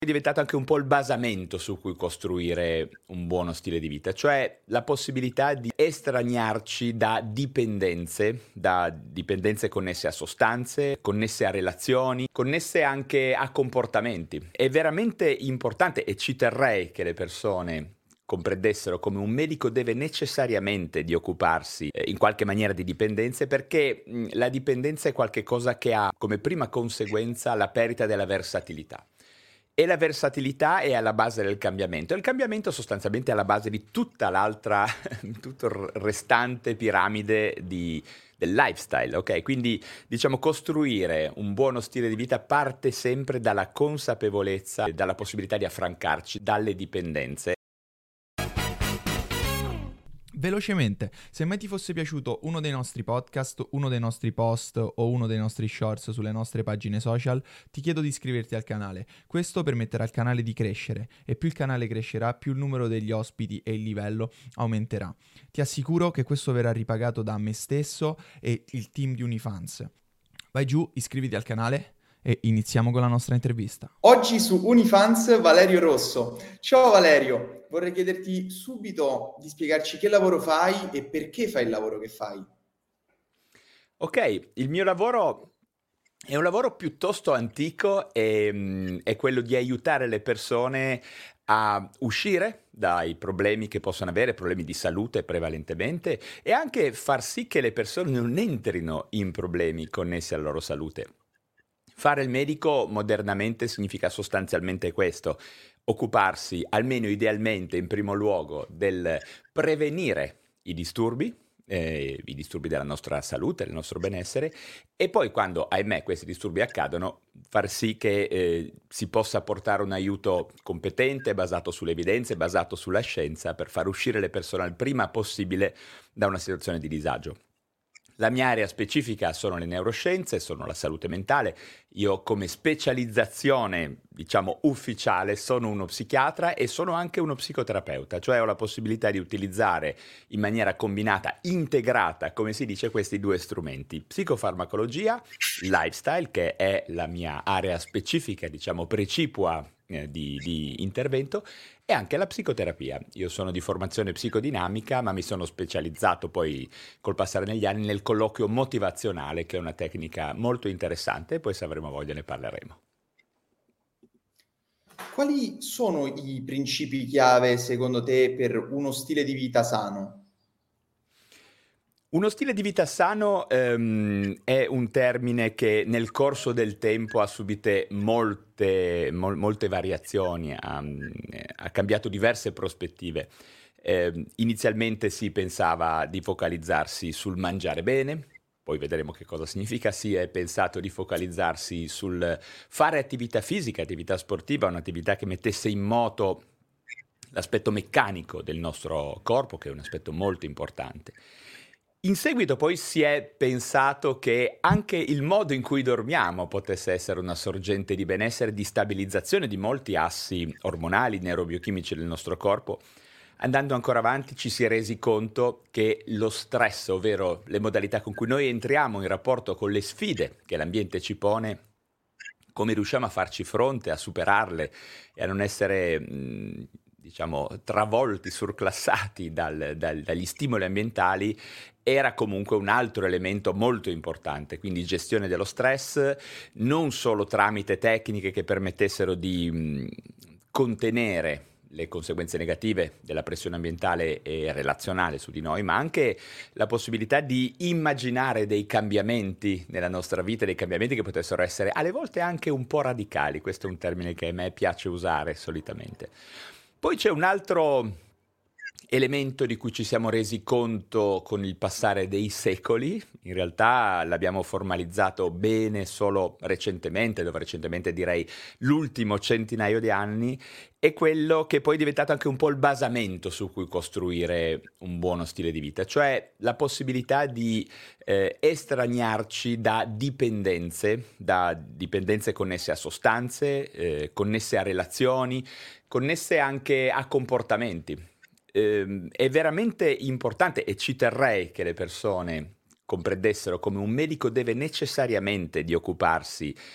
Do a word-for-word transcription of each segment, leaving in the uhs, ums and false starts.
È diventato anche un po' il basamento su cui costruire un buono stile di vita, cioè la possibilità di estraniarci da dipendenze, da dipendenze connesse a sostanze, connesse a relazioni, connesse anche a comportamenti. È veramente importante e ci terrei che le persone comprendessero come un medico deve necessariamente di occuparsi eh, in qualche maniera di dipendenze, perché mh, la dipendenza è qualcosa che ha come prima conseguenza la perdita della versatilità. E la versatilità è alla base del cambiamento. E il cambiamento sostanzialmente è alla base di tutta l'altra, tutto il restante piramide di, del lifestyle, ok? Quindi diciamo costruire un buono stile di vita parte sempre dalla consapevolezza e dalla possibilità di affrancarci dalle dipendenze. Velocemente, se mai ti fosse piaciuto uno dei nostri podcast, uno dei nostri post o uno dei nostri shorts sulle nostre pagine social, ti chiedo di iscriverti al canale. Questo permetterà al canale di crescere e più il canale crescerà, più il numero degli ospiti e il livello aumenterà. Ti assicuro che questo verrà ripagato da me stesso e il team di Unifans. Vai giù, iscriviti al canale e iniziamo con la nostra intervista. Oggi su Unifans Valerio Rosso. Ciao Valerio, vorrei chiederti subito di spiegarci che lavoro fai e perché fai il lavoro che fai. Ok, il mio lavoro è un lavoro piuttosto antico e mm, è quello di aiutare le persone a uscire dai problemi che possono avere, problemi di salute prevalentemente, e anche far sì che le persone non entrino in problemi connessi alla loro salute. Fare il medico modernamente significa sostanzialmente questo: occuparsi, almeno idealmente in primo luogo, del prevenire i disturbi, eh, i disturbi della nostra salute, del nostro benessere, e poi quando, ahimè, questi disturbi accadono, far sì che eh, si possa portare un aiuto competente, basato sulle evidenze, basato sulla scienza, per far uscire le persone il prima possibile da una situazione di disagio. La mia area specifica sono le neuroscienze, sono la salute mentale. Io come specializzazione, diciamo, ufficiale sono uno psichiatra e sono anche uno psicoterapeuta, cioè ho la possibilità di utilizzare in maniera combinata, integrata, come si dice, questi due strumenti: psicofarmacologia, lifestyle, che è la mia area specifica, diciamo, precipua eh, di, di intervento, e anche la psicoterapia. Io sono di formazione psicodinamica, ma mi sono specializzato poi col passare degli anni nel colloquio motivazionale, che è una tecnica molto interessante, e poi se avremo voglia ne parleremo. Quali sono i principi chiave secondo te per uno stile di vita sano? Uno stile di vita sano ehm, è un termine che nel corso del tempo ha subite molte, mol- molte variazioni, ha, ha cambiato diverse prospettive. Eh, inizialmente si pensava di focalizzarsi sul mangiare bene, poi vedremo che cosa significa. Si è pensato di focalizzarsi sul fare attività fisica, attività sportiva, un'attività che mettesse in moto l'aspetto meccanico del nostro corpo, che è un aspetto molto importante. In seguito poi si è pensato che anche il modo in cui dormiamo potesse essere una sorgente di benessere, di stabilizzazione di molti assi ormonali, neurobiochimici del nostro corpo. Andando ancora avanti ci si è resi conto che lo stress, ovvero le modalità con cui noi entriamo in rapporto con le sfide che l'ambiente ci pone, come riusciamo a farci fronte, a superarle e a non essere, mh, diciamo, travolti, surclassati dal- dal- dagli stimoli ambientali, era comunque un altro elemento molto importante. Quindi gestione dello stress, non solo tramite tecniche che permettessero di mh, contenere le conseguenze negative della pressione ambientale e relazionale su di noi, ma anche la possibilità di immaginare dei cambiamenti nella nostra vita, dei cambiamenti che potessero essere alle volte anche un po' radicali. Questo è un termine che a me piace usare solitamente. Poi c'è un altro elemento di cui ci siamo resi conto con il passare dei secoli. In realtà l'abbiamo formalizzato bene solo recentemente, dove recentemente direi l'ultimo centinaio di anni, è quello che poi è diventato anche un po' il basamento su cui costruire un buono stile di vita, cioè la possibilità di eh, estraniarci da dipendenze, da dipendenze connesse a sostanze, eh, connesse a relazioni, connesse anche a comportamenti. Ehm, è veramente importante e ci terrei che le persone comprendessero come un medico deve necessariamente di occuparsi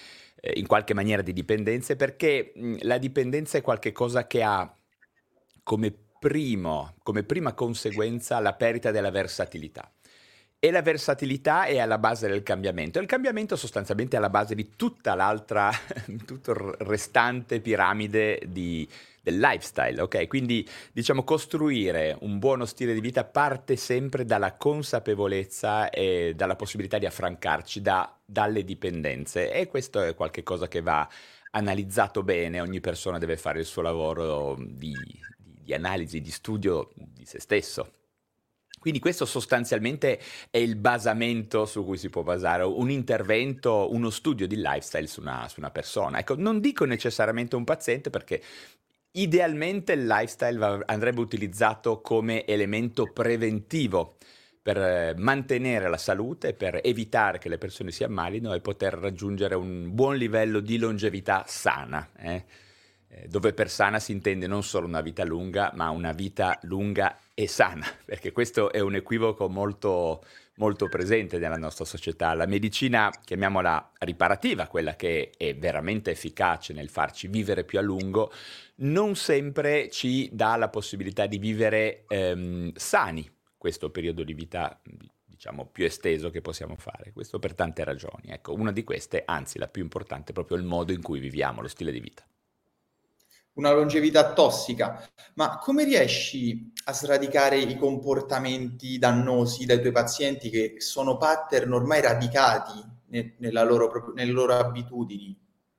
eh, in qualche maniera di dipendenze, perché mh, la dipendenza è qualcosa che ha come primo, come prima conseguenza la perdita della versatilità. E la versatilità è alla base del cambiamento. E il cambiamento sostanzialmente è alla base di tutta l'altra, tutto il restante piramide di, del lifestyle, ok? Quindi, diciamo, costruire un buono stile di vita parte sempre dalla consapevolezza e dalla possibilità di affrancarci da, dalle dipendenze. E questo è qualcosa che va analizzato bene. Ogni persona deve fare il suo lavoro di, di, di analisi, di studio di se stesso. Quindi questo sostanzialmente è il basamento su cui si può basare un intervento, uno studio di lifestyle su una, su una persona. Ecco, non dico necessariamente un paziente, perché idealmente il lifestyle va, andrebbe utilizzato come elemento preventivo per eh, mantenere la salute, per evitare che le persone si ammalino e poter raggiungere un buon livello di longevità sana, eh? Eh, dove per sana si intende non solo una vita lunga, ma una vita lunga e sana, perché questo è un equivoco molto, molto presente nella nostra società. La medicina, chiamiamola riparativa, quella che è veramente efficace nel farci vivere più a lungo, non sempre ci dà la possibilità di vivere ehm, sani questo periodo di vita, diciamo, più esteso che possiamo fare. Questo per tante ragioni. Ecco, una di queste, anzi la più importante, è proprio il modo in cui viviamo, lo stile di vita. Una longevità tossica. Ma come riesci a sradicare i comportamenti dannosi dai tuoi pazienti, che sono pattern ormai radicati ne- nella loro, nelle loro abitudini?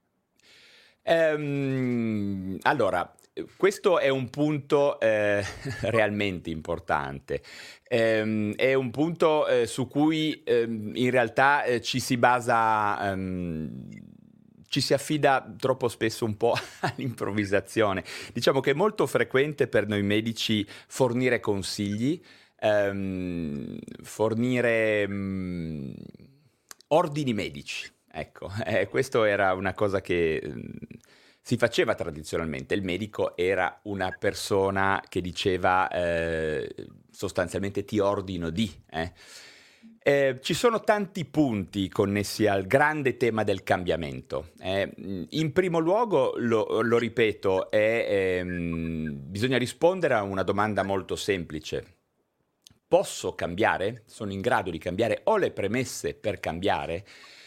Ehm, allora, questo è un punto eh, realmente importante. Ehm, è un punto eh, su cui ehm, in realtà eh, ci si basa, ehm, ci si affida troppo spesso un po' all'improvvisazione. Diciamo che è molto frequente per noi medici fornire consigli, ehm, fornire mh, ordini medici. Ecco, eh, questo era una cosa che mh, si faceva tradizionalmente. Il medico era una persona che diceva eh, sostanzialmente ti ordino di. Eh. Eh, ci sono tanti punti connessi al grande tema del cambiamento. Eh, in primo luogo, lo, lo ripeto, è, ehm, bisogna rispondere a una domanda molto semplice. Posso cambiare? Sono in grado di cambiare? Ho le premesse per cambiare?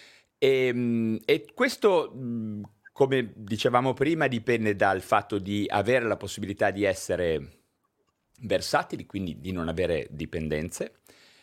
E, e questo, come dicevamo prima, dipende dal fatto di avere la possibilità di essere versatili, quindi di non avere dipendenze.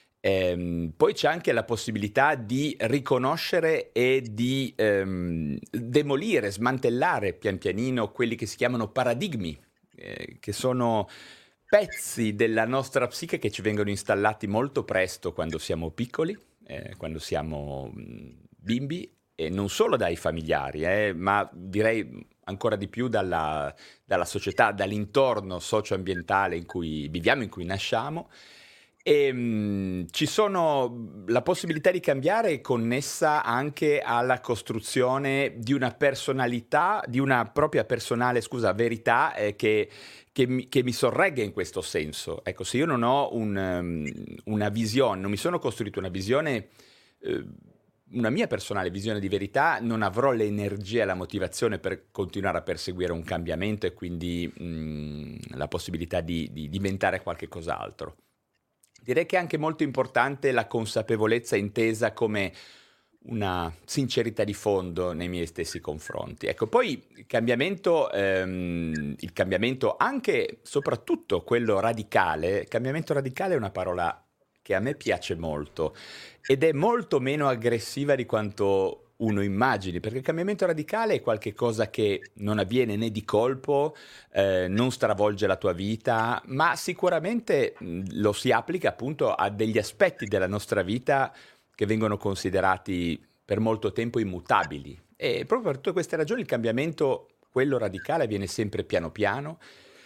Ehm, poi c'è anche la possibilità di riconoscere e di ehm, demolire, smantellare pian pianino quelli che si chiamano paradigmi, eh, che sono pezzi della nostra psiche che ci vengono installati molto presto quando siamo piccoli, eh, quando siamo mh, bimbi, e non solo dai familiari, eh, ma direi ancora di più dalla, dalla società, dall'intorno socio-ambientale in cui viviamo, in cui nasciamo. E, mh, ci sono la possibilità di cambiare è connessa anche alla costruzione di una personalità, di una propria personale, scusa, verità eh, che, che, mi, che mi sorregga in questo senso. Ecco, se io non ho un, um, una visione, non mi sono costruito una visione, eh, una mia personale visione di verità, non avrò l'energia e la motivazione per continuare a perseguire un cambiamento e quindi mh, la possibilità di, di diventare qualche cos'altro. Direi che è anche molto importante la consapevolezza intesa come una sincerità di fondo nei miei stessi confronti. Ecco, poi il cambiamento, ehm, il cambiamento anche, soprattutto quello radicale, cambiamento radicale è una parola che a me piace molto ed è molto meno aggressiva di quanto uno immagini, perché il cambiamento radicale è qualcosa che non avviene né di colpo, eh, non stravolge la tua vita, ma sicuramente mh, lo si applica appunto a degli aspetti della nostra vita che vengono considerati per molto tempo immutabili. E proprio per tutte queste ragioni il cambiamento, quello radicale, avviene sempre piano piano,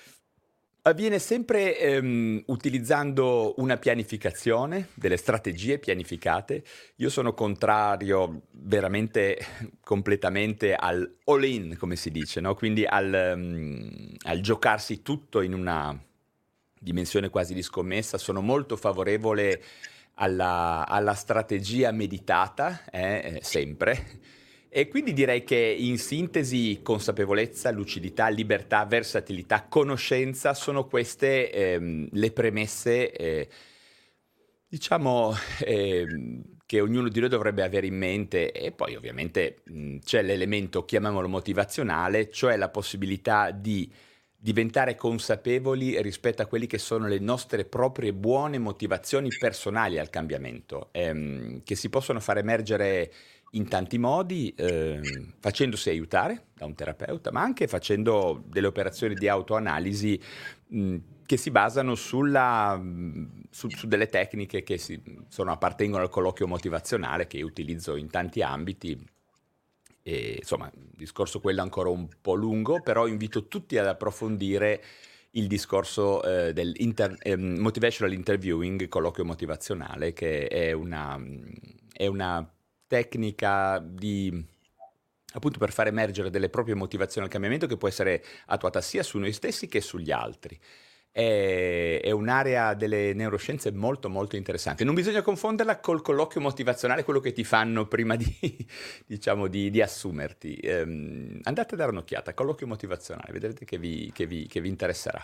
avviene sempre ehm, utilizzando una pianificazione, delle strategie pianificate. Io sono contrario veramente completamente al all-in, come si dice, no? Quindi al, um, al giocarsi tutto in una dimensione quasi di scommessa. Sono molto favorevole alla, alla strategia meditata, eh, sempre. E quindi direi che in sintesi consapevolezza, lucidità, libertà, versatilità, conoscenza sono queste ehm, le premesse, eh, diciamo, ehm, che ognuno di noi dovrebbe avere in mente. E poi ovviamente mh, c'è l'elemento, chiamiamolo motivazionale, cioè la possibilità di diventare consapevoli rispetto a quelli che sono le nostre proprie buone motivazioni personali al cambiamento, ehm, che si possono far emergere in tanti modi, ehm, facendosi aiutare da un terapeuta, ma anche facendo delle operazioni di autoanalisi mh, che si basano sulla, mh, su, su delle tecniche che si, sono, appartengono al colloquio motivazionale, che io utilizzo in tanti ambiti. E, insomma, il discorso quello è ancora un po' lungo, però invito tutti ad approfondire il discorso eh, del inter- ehm, motivational interviewing, colloquio motivazionale, che è una, è una tecnica di, appunto, per far emergere delle proprie motivazioni al cambiamento, che può essere attuata sia su noi stessi che sugli altri. È, è un'area delle neuroscienze molto molto interessante. Non bisogna confonderla col colloquio motivazionale, quello che ti fanno prima di, diciamo, di, di assumerti. Ehm, andate a dare un'occhiata, colloquio motivazionale, vedrete che vi, che vi, che vi interesserà.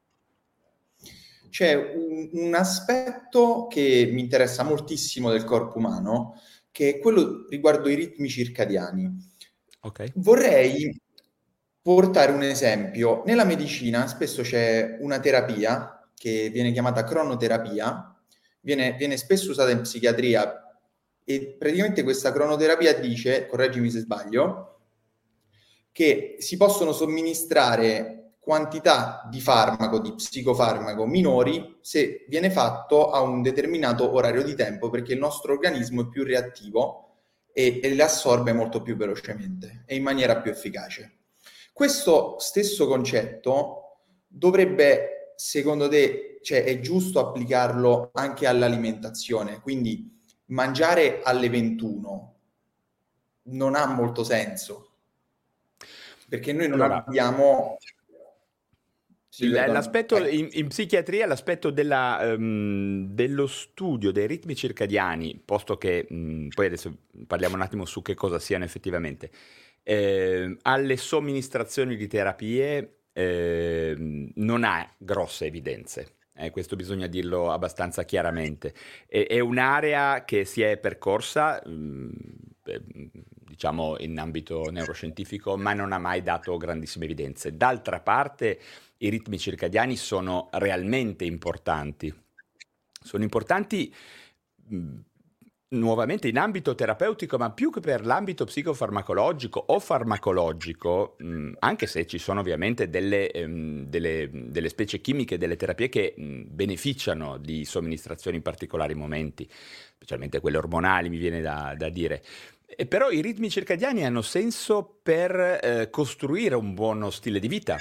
C'è un, un aspetto che mi interessa moltissimo del corpo umano, che è quello riguardo i ritmi circadiani. Ok. Vorrei portare un esempio. Nella medicina spesso c'è una terapia che viene chiamata cronoterapia, viene, viene spesso usata in psichiatria, e praticamente questa cronoterapia dice, correggimi se sbaglio, che si possono somministrare quantità di farmaco, di psicofarmaco minori, se viene fatto a un determinato orario di tempo, perché il nostro organismo è più reattivo e, e le assorbe molto più velocemente e in maniera più efficace. Questo stesso concetto dovrebbe, secondo te, cioè è giusto applicarlo anche all'alimentazione? Quindi mangiare alle ventuno non ha molto senso, perché noi non Allora, abbiamo... Sì, L- perdona. L'aspetto Vai. in, in psichiatria, l'aspetto della, ehm, dello studio dei ritmi circadiani, posto che mh, poi adesso parliamo un attimo su che cosa siano effettivamente, eh, alle somministrazioni di terapie ehm, non ha grosse evidenze. Eh, questo bisogna dirlo abbastanza chiaramente. È, è un'area che si è percorsa, mh, eh, diciamo, in ambito neuroscientifico, ma non ha mai dato grandissime evidenze. D'altra parte, i ritmi circadiani sono realmente importanti. Sono importanti mh, nuovamente in ambito terapeutico, ma più che per l'ambito psicofarmacologico o farmacologico, mh, anche se ci sono ovviamente delle, ehm, delle, delle specie chimiche, delle terapie che mh, beneficiano di somministrazioni in particolari momenti, specialmente quelle ormonali, mi viene da, da dire. E però i ritmi circadiani hanno senso per eh, costruire un buono stile di vita.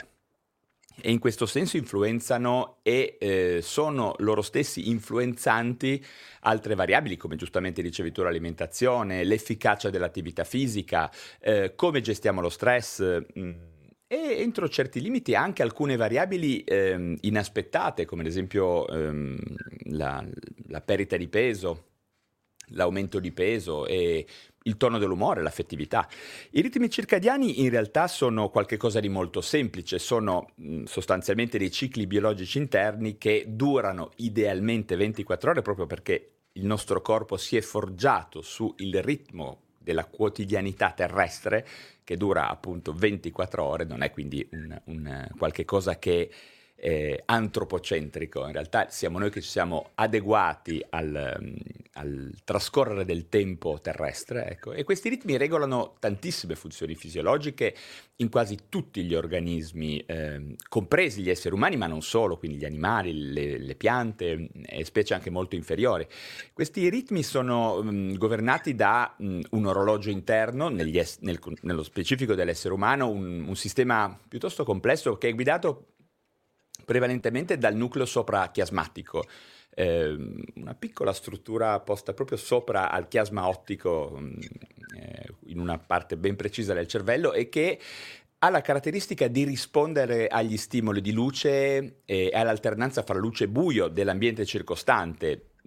E in questo senso influenzano e eh, sono loro stessi influenzanti altre variabili, come giustamente dicevi tu, l'alimentazione, l'efficacia dell'attività fisica, eh, come gestiamo lo stress, mh, e entro certi limiti anche alcune variabili ehm, inaspettate, come ad esempio ehm, la, la perdita di peso, l'aumento di peso e il tono dell'umore, l'affettività. I ritmi circadiani in realtà sono qualcosa di molto semplice, sono mh, sostanzialmente dei cicli biologici interni che durano idealmente ventiquattro ore, proprio perché il nostro corpo si è forgiato sul ritmo della quotidianità terrestre, che dura appunto ventiquattro ore, non è quindi un, un qualche cosa che Eh, antropocentrico. In realtà siamo noi che ci siamo adeguati al, um, al trascorrere del tempo terrestre, ecco. E questi ritmi regolano tantissime funzioni fisiologiche in quasi tutti gli organismi, eh, compresi gli esseri umani, ma non solo, quindi gli animali, le, le piante e specie anche molto inferiori. Questi ritmi sono um, governati da um, un orologio interno, negli es- nel, nello specifico dell'essere umano, un, un sistema piuttosto complesso che è guidato prevalentemente dal nucleo soprachiasmatico, eh, una piccola struttura posta proprio sopra al chiasma ottico, eh, in una parte ben precisa del cervello, e che ha la caratteristica di rispondere agli stimoli di luce e all'alternanza fra luce e buio dell'ambiente circostante.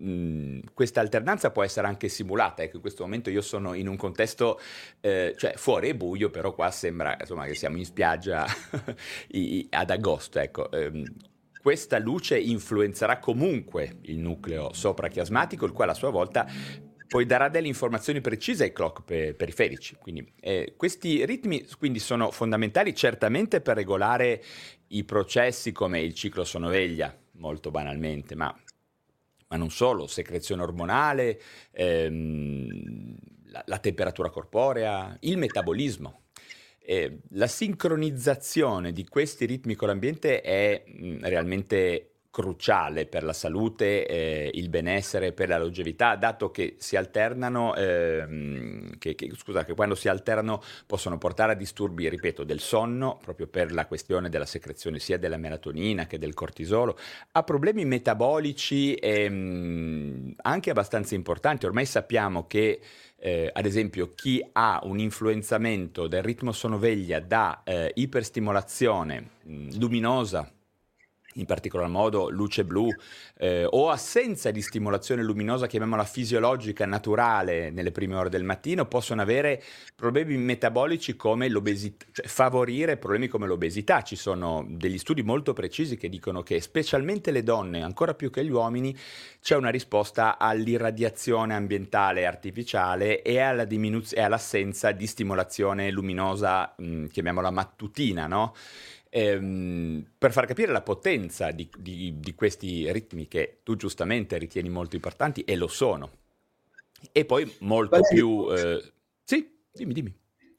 mh, questa alternanza può essere anche simulata. Ecco, in questo momento io sono in un contesto, eh, cioè fuori è buio, però qua sembra insomma che siamo in spiaggia i- ad agosto, ecco. Ehm, questa luce influenzerà comunque il nucleo soprachiasmatico, il quale a sua volta poi darà delle informazioni precise ai clock pe- periferici. Quindi eh, questi ritmi quindi sono fondamentali certamente per regolare i processi come il ciclo sonno-veglia, molto banalmente, ma, ma non solo, secrezione ormonale, ehm, la, la temperatura corporea, il metabolismo. Eh, la sincronizzazione di questi ritmi con l'ambiente è mh, realmente cruciale per la salute, eh, il benessere, per la longevità, dato che si alternano, ehm, che, che, scusa, che quando si alternano possono portare a disturbi, ripeto, del sonno, proprio per la questione della secrezione sia della melatonina che del cortisolo, a problemi metabolici ehm, anche abbastanza importanti. Ormai sappiamo che eh, ad esempio chi ha un influenzamento del ritmo sonno-veglia da eh, iperstimolazione mh, luminosa, in particolar modo luce blu, eh, o assenza di stimolazione luminosa, chiamiamola fisiologica, naturale, nelle prime ore del mattino, possono avere problemi metabolici come l'obesità, cioè favorire problemi come l'obesità. Ci sono degli studi molto precisi che dicono che specialmente le donne, ancora più che gli uomini, c'è una risposta all'irradiazione ambientale artificiale e alla diminuz- e all'assenza di stimolazione luminosa, mh, chiamiamola mattutina, no? Ehm, per far capire la potenza di, di- di questi ritmi che tu giustamente ritieni molto importanti, e lo sono. E poi molto Valerio, più... eh, Sì, dimmi, dimmi.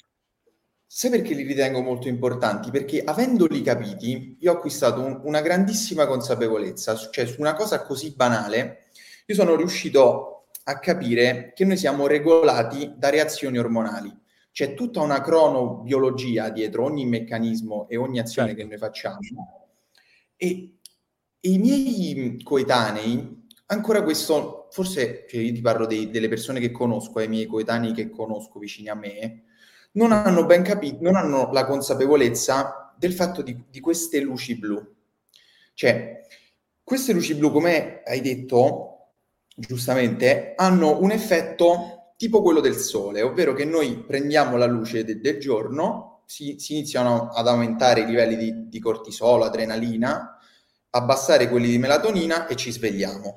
sai perché li ritengo molto importanti? Perché avendoli capiti, io ho acquistato un- una grandissima consapevolezza, su- cioè su una cosa così banale, io sono riuscito a capire che noi siamo regolati da reazioni ormonali. C'è tutta una cronobiologia dietro ogni meccanismo e ogni azione che Certo. noi facciamo. E, e i miei coetanei, ancora questo, forse cioè io ti parlo dei- delle persone che conosco, ai miei coetanei che conosco vicini a me, non Sì. hanno ben capito, non hanno la consapevolezza del fatto di, di queste luci blu. Cioè, queste luci blu, come hai detto giustamente, hanno un effetto tipo quello del sole, ovvero che noi prendiamo la luce de- del giorno, si, si iniziano ad aumentare i livelli di, di cortisolo, adrenalina, abbassare quelli di melatonina e ci svegliamo.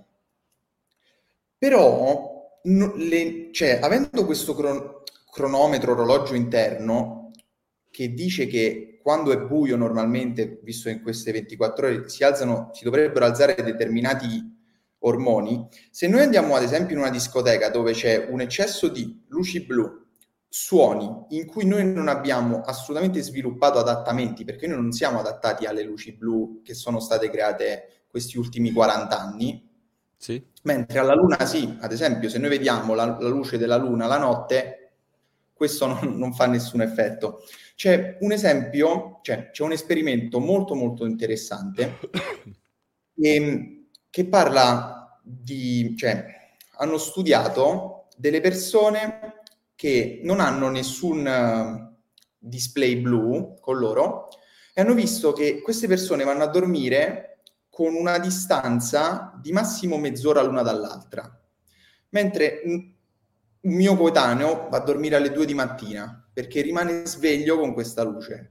Però, no- le- cioè, avendo questo cron- cronometro, orologio interno, che dice che quando è buio normalmente, visto in queste ventiquattro ore, si alzano, si dovrebbero alzare determinati ormoni, se noi andiamo ad esempio in una discoteca dove c'è un eccesso di luci blu, suoni in cui noi non abbiamo assolutamente sviluppato adattamenti, perché noi non siamo adattati alle luci blu che sono state create questi ultimi quaranta anni, Sì. mentre alla luna sì, ad esempio, se noi vediamo la, la luce della luna la notte, questo non, non fa nessun effetto. C'è un esempio, cioè c'è un esperimento molto molto interessante ehm, che parla di, cioè, hanno studiato delle persone che non hanno nessun eh, display blu con loro e hanno visto che queste persone vanno a dormire con una distanza di massimo mezz'ora l'una dall'altra, mentre un un mio coetaneo va a dormire alle due di mattina perché rimane sveglio con questa luce.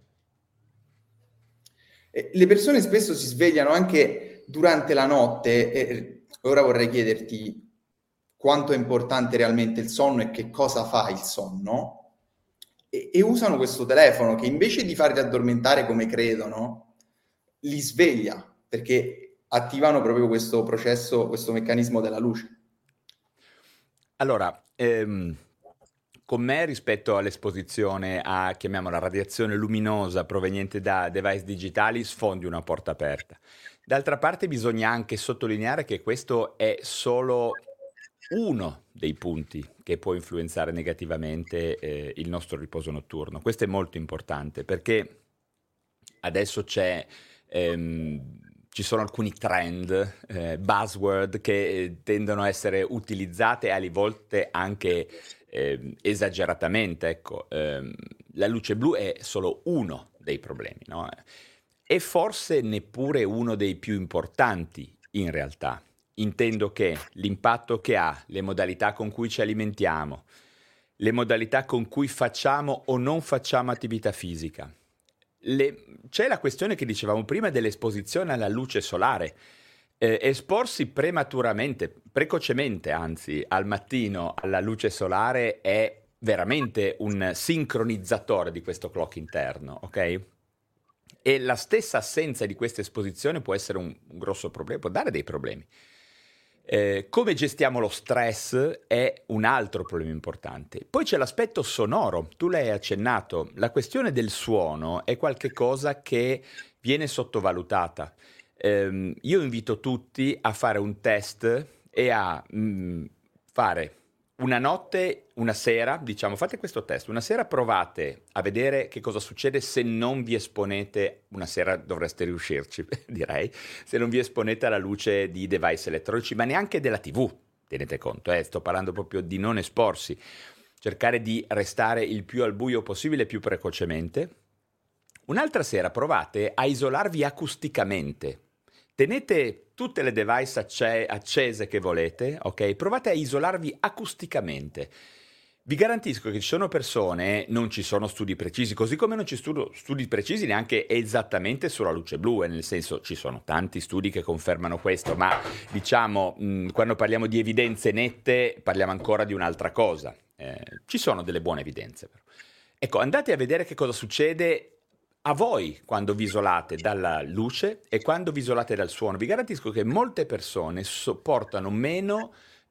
E le persone spesso si svegliano anche durante la notte e ora vorrei chiederti quanto è importante realmente il sonno e che cosa fa il sonno e, e usano questo telefono che invece di farli addormentare come credono, li sveglia perché attivano proprio questo processo, questo meccanismo della luce. Allora, ehm, con me rispetto all'esposizione a, chiamiamola, radiazione luminosa proveniente da device digitali, sfondi una porta aperta. D'altra parte bisogna anche sottolineare che questo è solo uno dei punti che può influenzare negativamente eh, il nostro riposo notturno. Questo è molto importante perché adesso c'è, ehm, ci sono alcuni trend, eh, buzzword che eh, tendono a essere utilizzate alle volte anche ehm, esageratamente. Ecco, ehm, la luce blu è solo uno dei problemi, no? E forse neppure uno dei più importanti in realtà. intendo che l'impatto che ha, le modalità con cui ci alimentiamo, le modalità con cui facciamo o non facciamo attività fisica. Le... C'è la questione che dicevamo prima dell'esposizione alla luce solare. Eh, esporsi prematuramente, precocemente anzi, al mattino alla luce solare è veramente un sincronizzatore di questo clock interno, ok? E la stessa assenza di questa esposizione può essere un, un grosso problema, può dare dei problemi. Eh, come gestiamo lo stress è un altro problema importante. Poi c'è l'aspetto sonoro, tu l'hai accennato, la questione del suono è qualcosa che viene sottovalutata. Eh, io invito tutti a fare un test e a mh, fare una notte, una sera, diciamo, fate questo test, una sera provate a vedere che cosa succede se non vi esponete, una sera dovreste riuscirci, direi, se non vi esponete alla luce di device elettronici, ma neanche della tivù, tenete conto, eh, sto parlando proprio di non esporsi, cercare di restare il più al buio possibile, più precocemente. Un'altra sera provate a isolarvi acusticamente. Tenete tutte le device acce- accese che volete, ok? Provate a isolarvi acusticamente. Vi garantisco che ci sono persone, non ci sono studi precisi, così come non ci sono studi precisi neanche esattamente sulla luce blu, nel senso ci sono tanti studi che confermano questo, ma diciamo mh, quando parliamo di evidenze nette parliamo ancora di un'altra cosa. Eh, ci sono delle buone evidenze però. Ecco, andate a vedere che cosa succede a voi quando vi isolate dalla luce e quando vi isolate dal suono. Vi garantisco che molte persone sopportano meno,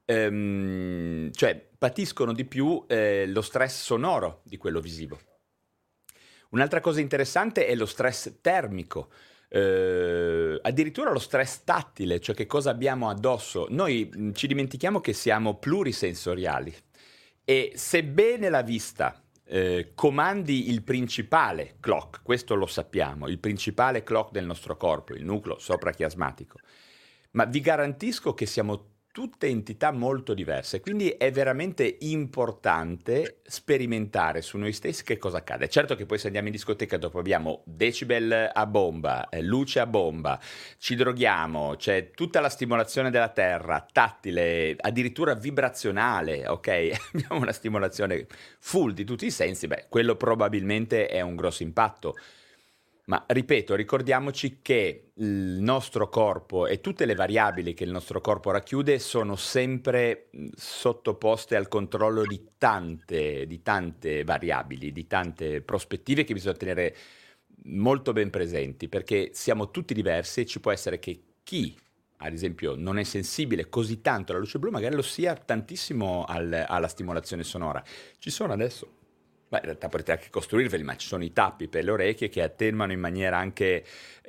ehm, cioè patiscono di più eh, lo stress sonoro di quello visivo. Un'altra cosa interessante è lo stress termico, eh, addirittura lo stress tattile, cioè che cosa abbiamo addosso. Noi mh, ci dimentichiamo che siamo plurisensoriali e sebbene la vista Eh, comandi il principale clock, questo lo sappiamo, il principale clock del nostro corpo, il nucleo soprachiasmatico, ma vi garantisco che siamo tutte entità molto diverse, quindi è veramente importante sperimentare su noi stessi che cosa accade. Certo che poi se andiamo in discoteca dopo abbiamo decibel a bomba, eh, luce a bomba, ci droghiamo, c'è tutta la stimolazione della terra, tattile, addirittura vibrazionale, ok? Abbiamo una stimolazione full di tutti i sensi, beh, quello probabilmente è un grosso impatto. Ma ripeto, ricordiamoci che il nostro corpo e tutte le variabili che il nostro corpo racchiude sono sempre sottoposte al controllo di tante, di tante variabili, di tante prospettive che bisogna tenere molto ben presenti, perché siamo tutti diversi e ci può essere che chi, ad esempio, non è sensibile così tanto alla luce blu, magari lo sia tantissimo al, alla stimolazione sonora. Ci sono adesso... Beh, in realtà potete anche costruirveli, ma ci sono i tappi per le orecchie che attenuano in maniera anche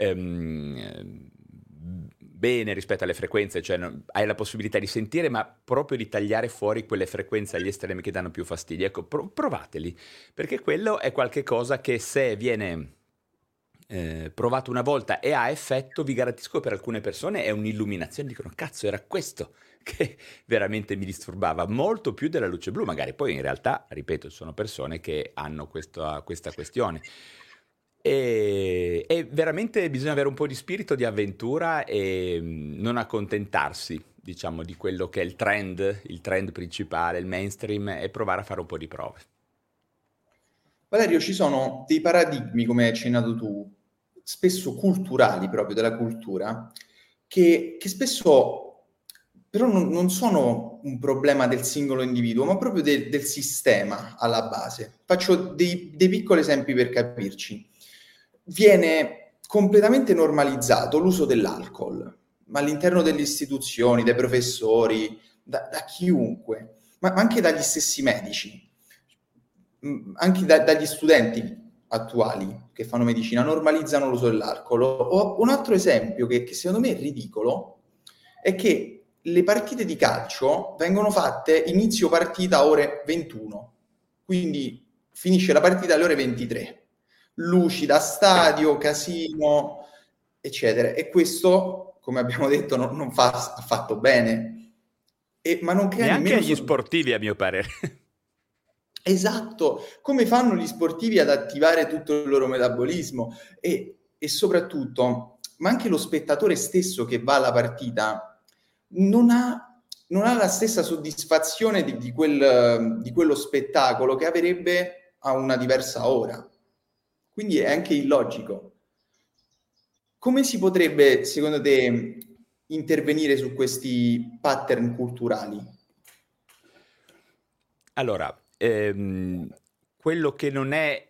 ehm, bene rispetto alle frequenze, cioè non, hai la possibilità di sentire, ma proprio di tagliare fuori quelle frequenze agli estremi che danno più fastidio. Ecco, pro- provateli, perché quello è qualche cosa che se viene eh, provato una volta e ha effetto, vi garantisco per alcune persone è un'illuminazione, dicono cazzo era questo che veramente mi disturbava, molto più della luce blu, magari poi in realtà, ripeto, ci sono persone che hanno questa, questa questione. E, e veramente bisogna avere un po' di spirito di avventura e mh, non accontentarsi, diciamo, di quello che è il trend, il trend principale, il mainstream, e provare a fare un po' di prove. Valerio, ci sono dei paradigmi, come hai accennato tu, spesso culturali proprio della cultura, che, che spesso però non, non sono un problema del singolo individuo, ma proprio de, del sistema alla base. Faccio dei, dei piccoli esempi per capirci. Viene completamente normalizzato l'uso dell'alcol, ma all'interno delle istituzioni, dai professori, da, da chiunque, ma anche dagli stessi medici, anche da, dagli studenti attuali che fanno medicina, normalizzano l'uso dell'alcol. O un altro esempio che, che secondo me è ridicolo è che le partite di calcio vengono fatte inizio partita ore ventuno, quindi finisce la partita alle ore ventitré. Luci da stadio, casino, eccetera. E questo, come abbiamo detto, non, non fa affatto bene. E, ma non crea neanche agli sor- sportivi, a mio parere. Esatto, come fanno gli sportivi ad attivare tutto il loro metabolismo? E, e soprattutto, ma anche lo spettatore stesso che va alla partita non ha, non ha la stessa soddisfazione di, di, quel, di quello spettacolo che avrebbe a una diversa ora. Quindi è anche illogico. Come si potrebbe, secondo te, intervenire su questi pattern culturali? Allora, ehm, quello che non è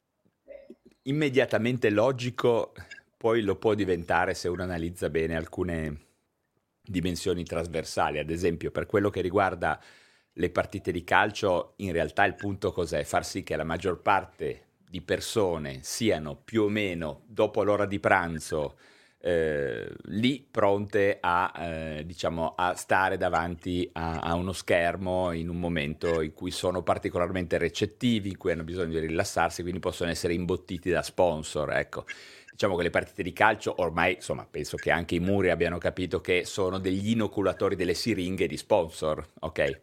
immediatamente logico, poi lo può diventare se uno analizza bene alcune dimensioni trasversali. Ad esempio, per quello che riguarda le partite di calcio, in realtà il punto cos'è? Far sì che la maggior parte di persone siano più o meno dopo l'ora di pranzo eh, lì pronte a, eh, diciamo, a stare davanti a, a uno schermo in un momento in cui sono particolarmente recettivi, in cui hanno bisogno di rilassarsi, quindi possono essere imbottiti da sponsor, ecco. Diciamo che le partite di calcio ormai, insomma, penso che anche i muri abbiano capito che sono degli inoculatori delle siringhe di sponsor, ok?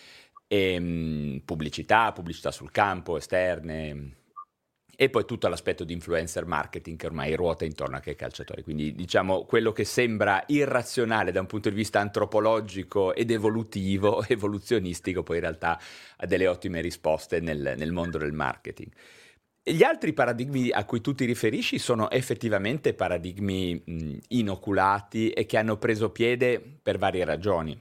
E, mh, pubblicità, pubblicità sul campo, esterne, e poi tutto l'aspetto di influencer marketing che ormai ruota intorno anche ai calciatori. Quindi diciamo quello che sembra irrazionale da un punto di vista antropologico ed evolutivo, evoluzionistico, poi in realtà ha delle ottime risposte nel, nel mondo del marketing. Gli altri paradigmi a cui tu ti riferisci sono effettivamente paradigmi mh, inoculati e che hanno preso piede per varie ragioni.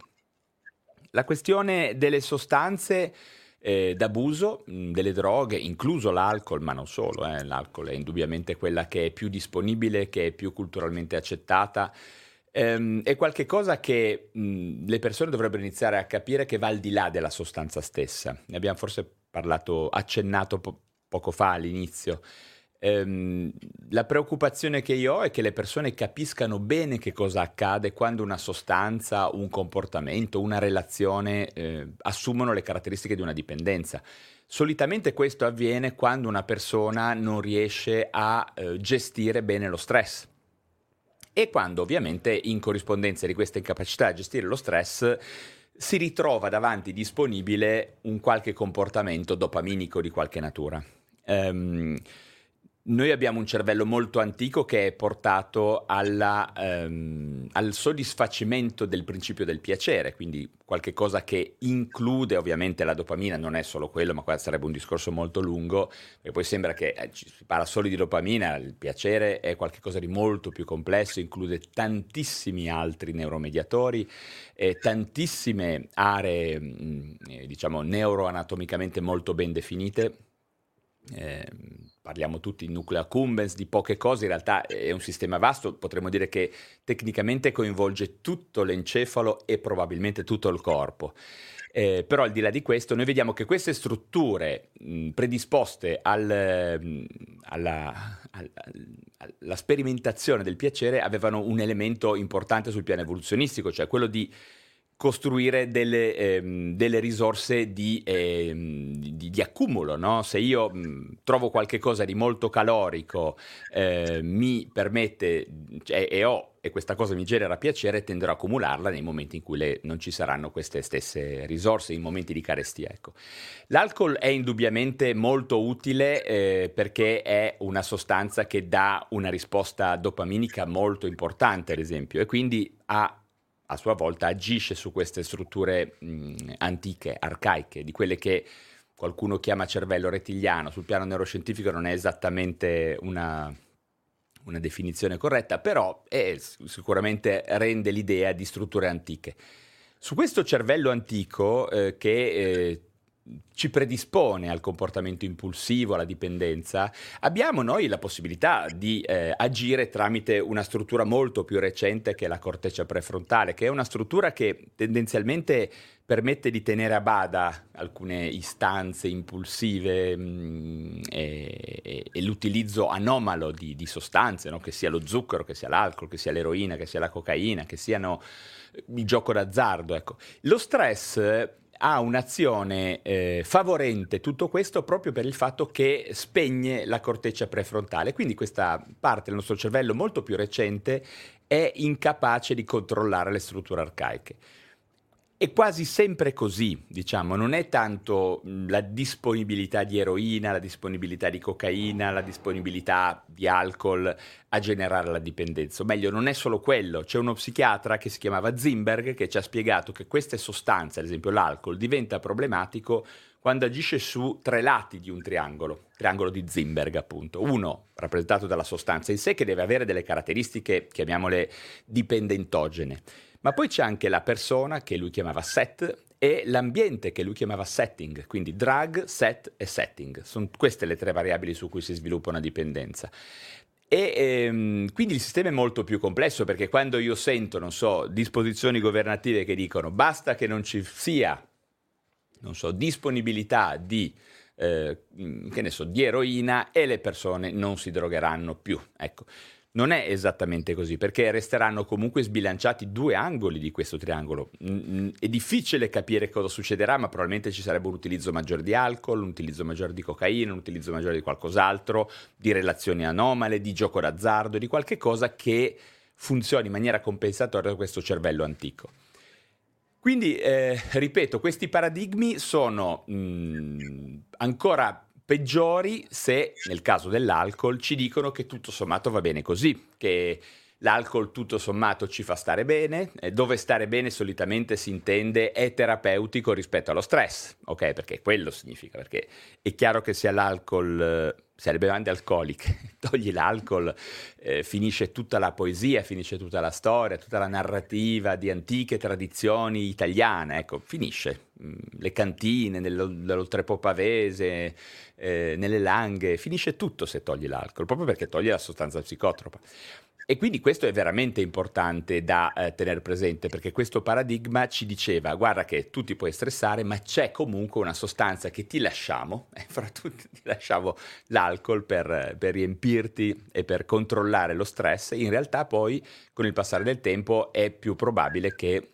La questione delle sostanze eh, d'abuso, mh, delle droghe, incluso l'alcol, ma non solo, eh, l'alcol è indubbiamente quella che è più disponibile, che è più culturalmente accettata, ehm, è qualcosa che mh, le persone dovrebbero iniziare a capire che va al di là della sostanza stessa. Ne abbiamo forse parlato, accennato po- poco fa all'inizio. Ehm, la preoccupazione che io ho è che le persone capiscano bene che cosa accade quando una sostanza, un comportamento, una relazione eh, assumono le caratteristiche di una dipendenza. Solitamente questo avviene quando una persona non riesce a eh, gestire bene lo stress e quando ovviamente in corrispondenza di questa incapacità a gestire lo stress si ritrova davanti disponibile un qualche comportamento dopaminico di qualche natura. Ehm, Noi abbiamo un cervello molto antico che è portato alla, ehm, al soddisfacimento del principio del piacere, quindi qualche cosa che include ovviamente la dopamina, non è solo quello, ma qua sarebbe un discorso molto lungo, perché poi sembra che eh, ci si parla solo di dopamina, il piacere è qualcosa di molto più complesso, include tantissimi altri neuromediatori, e tantissime aree, mh, eh, diciamo, neuroanatomicamente molto ben definite. Eh, parliamo tutti di nucleo accumbens, di poche cose, in realtà è un sistema vasto, potremmo dire che tecnicamente coinvolge tutto l'encefalo e probabilmente tutto il corpo. Eh, però al di là di questo noi vediamo che queste strutture mh, predisposte al, mh, alla, al, alla sperimentazione del piacere avevano un elemento importante sul piano evoluzionistico, cioè quello di costruire delle, ehm, delle risorse di, ehm, di, di accumulo, no? Se io mh, trovo qualche cosa di molto calorico, eh, mi permette, cioè, e ho, e questa cosa mi genera piacere, tenderò a accumularla nei momenti in cui le, non ci saranno queste stesse risorse, in momenti di carestia, ecco. L'alcol è indubbiamente molto utile eh, perché è una sostanza che dà una risposta dopaminica molto importante, ad esempio, e quindi ha a sua volta agisce su queste strutture mh, antiche, arcaiche, di quelle che qualcuno chiama cervello rettiliano. Sul piano neuroscientifico non è esattamente una, una definizione corretta, però è, sicuramente rende l'idea di strutture antiche. Su questo cervello antico eh, che eh, ci predispone al comportamento impulsivo, alla dipendenza, abbiamo noi la possibilità di eh, agire tramite una struttura molto più recente che è la corteccia prefrontale, che è una struttura che tendenzialmente permette di tenere a bada alcune istanze impulsive mh, e, e, e l'utilizzo anomalo di, di sostanze, no? Che sia lo zucchero, che sia l'alcol, che sia l'eroina, che sia la cocaina, che siano il gioco d'azzardo. Ecco. Lo stress ha un'azione eh, favorente tutto questo proprio per il fatto che spegne la corteccia prefrontale, quindi questa parte del nostro cervello molto più recente è incapace di controllare le strutture arcaiche. è quasi sempre così, diciamo, non è tanto mh, la disponibilità di eroina, la disponibilità di cocaina, la disponibilità di alcol a generare la dipendenza. O meglio, non è solo quello. C'è uno psichiatra che si chiamava Zimberg che ci ha spiegato che queste sostanze, ad esempio l'alcol, diventa problematico quando agisce su tre lati di un triangolo, triangolo di Zimberg appunto. Uno rappresentato dalla sostanza in sé che deve avere delle caratteristiche, chiamiamole dipendentogene. Ma poi c'è anche la persona, che lui chiamava set, e l'ambiente, che lui chiamava setting, quindi drug, set e setting. Sono queste le tre variabili su cui si sviluppa una dipendenza. E ehm, quindi il sistema è molto più complesso, perché quando io sento, non so, disposizioni governative che dicono basta che non ci sia, non so, disponibilità di, eh, che ne so, di eroina e le persone non si drogheranno più, ecco. Non è esattamente così, perché resteranno comunque sbilanciati due angoli di questo triangolo. Mm, è difficile capire cosa succederà, ma probabilmente ci sarebbe un utilizzo maggiore di alcol, un utilizzo maggiore di cocaina, un utilizzo maggiore di qualcos'altro, di relazioni anomale, di gioco d'azzardo, di qualche cosa che funzioni in maniera compensatoria da questo cervello antico. Quindi, eh, ripeto, questi paradigmi sono mh, ancora peggiori se, nel caso dell'alcol, ci dicono che tutto sommato va bene così, che l'alcol tutto sommato ci fa stare bene, e dove stare bene solitamente si intende è terapeutico rispetto allo stress, ok? Perché quello significa, perché è chiaro che se l'alcol, se le bevande alcoliche togli l'alcol, eh, finisce tutta la poesia, finisce tutta la storia, tutta la narrativa di antiche tradizioni italiane, ecco, finisce. Le cantine, nell'oltrepo pavese, eh, nelle langhe, finisce tutto se togli l'alcol, proprio perché toglie la sostanza psicotropa. E quindi questo è veramente importante da eh, tenere presente, perché questo paradigma ci diceva, guarda che tu ti puoi stressare, ma c'è comunque una sostanza che ti lasciamo, e fra tutti ti lasciamo l'alcol per, per riempirti e per controllare lo stress. In realtà poi, con il passare del tempo, è più probabile che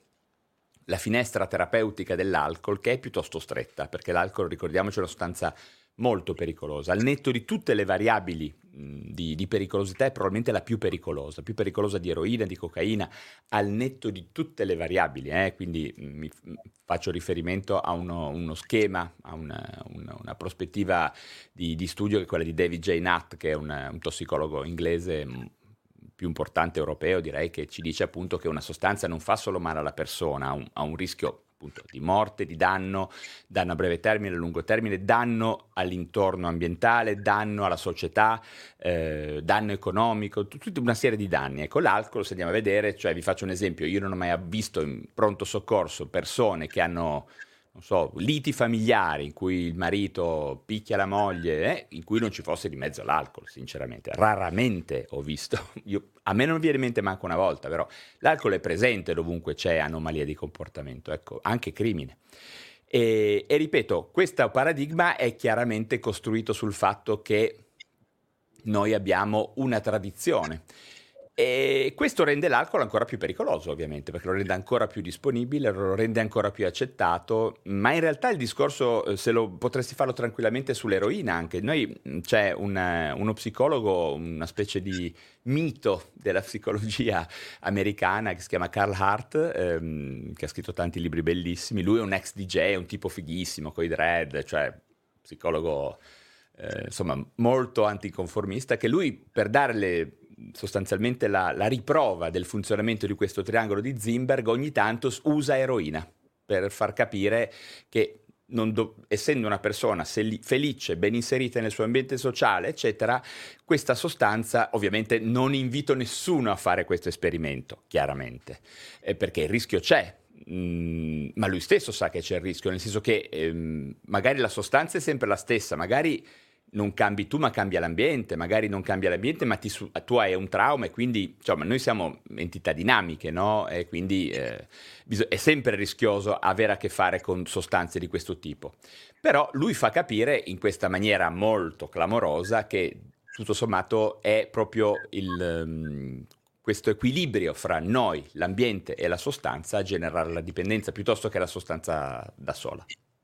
la finestra terapeutica dell'alcol, che è piuttosto stretta, perché l'alcol, ricordiamoci, è una sostanza molto pericolosa. Al netto di tutte le variabili mh, di, di pericolosità è probabilmente la più pericolosa, più pericolosa di eroina, di cocaina, al netto di tutte le variabili. Eh? Quindi mh, mi, mh, faccio riferimento a uno, uno schema, a una, una, una prospettiva di, di studio che è quella di David J. Nutt, che è un, un tossicologo inglese mh, più importante europeo, direi, che ci dice appunto che una sostanza non fa solo male alla persona, ha un, ha un rischio appunto di morte, di danno, danno a breve termine, a lungo termine, danno all'intorno ambientale, danno alla società, eh, danno economico, t- tutta una serie di danni. Ecco, l'alcol, se andiamo a vedere, cioè vi faccio un esempio, io non ho mai visto in pronto soccorso persone che hanno, non so, liti familiari in cui il marito picchia la moglie, eh, in cui non ci fosse di mezzo l'alcol, sinceramente. Raramente ho visto, io, a me non viene in mente manco una volta, però l'alcol è presente dovunque c'è anomalia di comportamento, ecco, anche crimine. E, e ripeto, questo paradigma è chiaramente costruito sul fatto che noi abbiamo una tradizione. E questo rende l'alcol ancora più pericoloso, ovviamente, perché lo rende ancora più disponibile, lo rende ancora più accettato, ma in realtà il discorso, se lo potresti farlo tranquillamente sull'eroina anche. Noi c'è un, uno psicologo, una specie di mito della psicologia americana che si chiama Carl Hart, ehm, che ha scritto tanti libri bellissimi. Lui è un ex D J, un tipo fighissimo, coi dread, cioè psicologo eh, insomma molto anticonformista, che lui, per darle sostanzialmente la, la riprova del funzionamento di questo triangolo di Zimberg, ogni tanto usa eroina per far capire che non do- essendo una persona seli- felice, ben inserita nel suo ambiente sociale, eccetera, questa sostanza, ovviamente non invito nessuno a fare questo esperimento, chiaramente, eh, perché il rischio c'è. Mm, ma lui stesso sa che c'è il rischio, nel senso che ehm, magari la sostanza è sempre la stessa, magari non cambi tu ma cambia l'ambiente, magari non cambia l'ambiente ma ti su- tu hai un trauma e quindi, insomma, noi siamo entità dinamiche, no? E quindi eh, bis- è sempre rischioso avere a che fare con sostanze di questo tipo. Però lui fa capire in questa maniera molto clamorosa che tutto sommato è proprio il, um, questo equilibrio fra noi, l'ambiente e la sostanza a generare la dipendenza piuttosto che la sostanza da sola.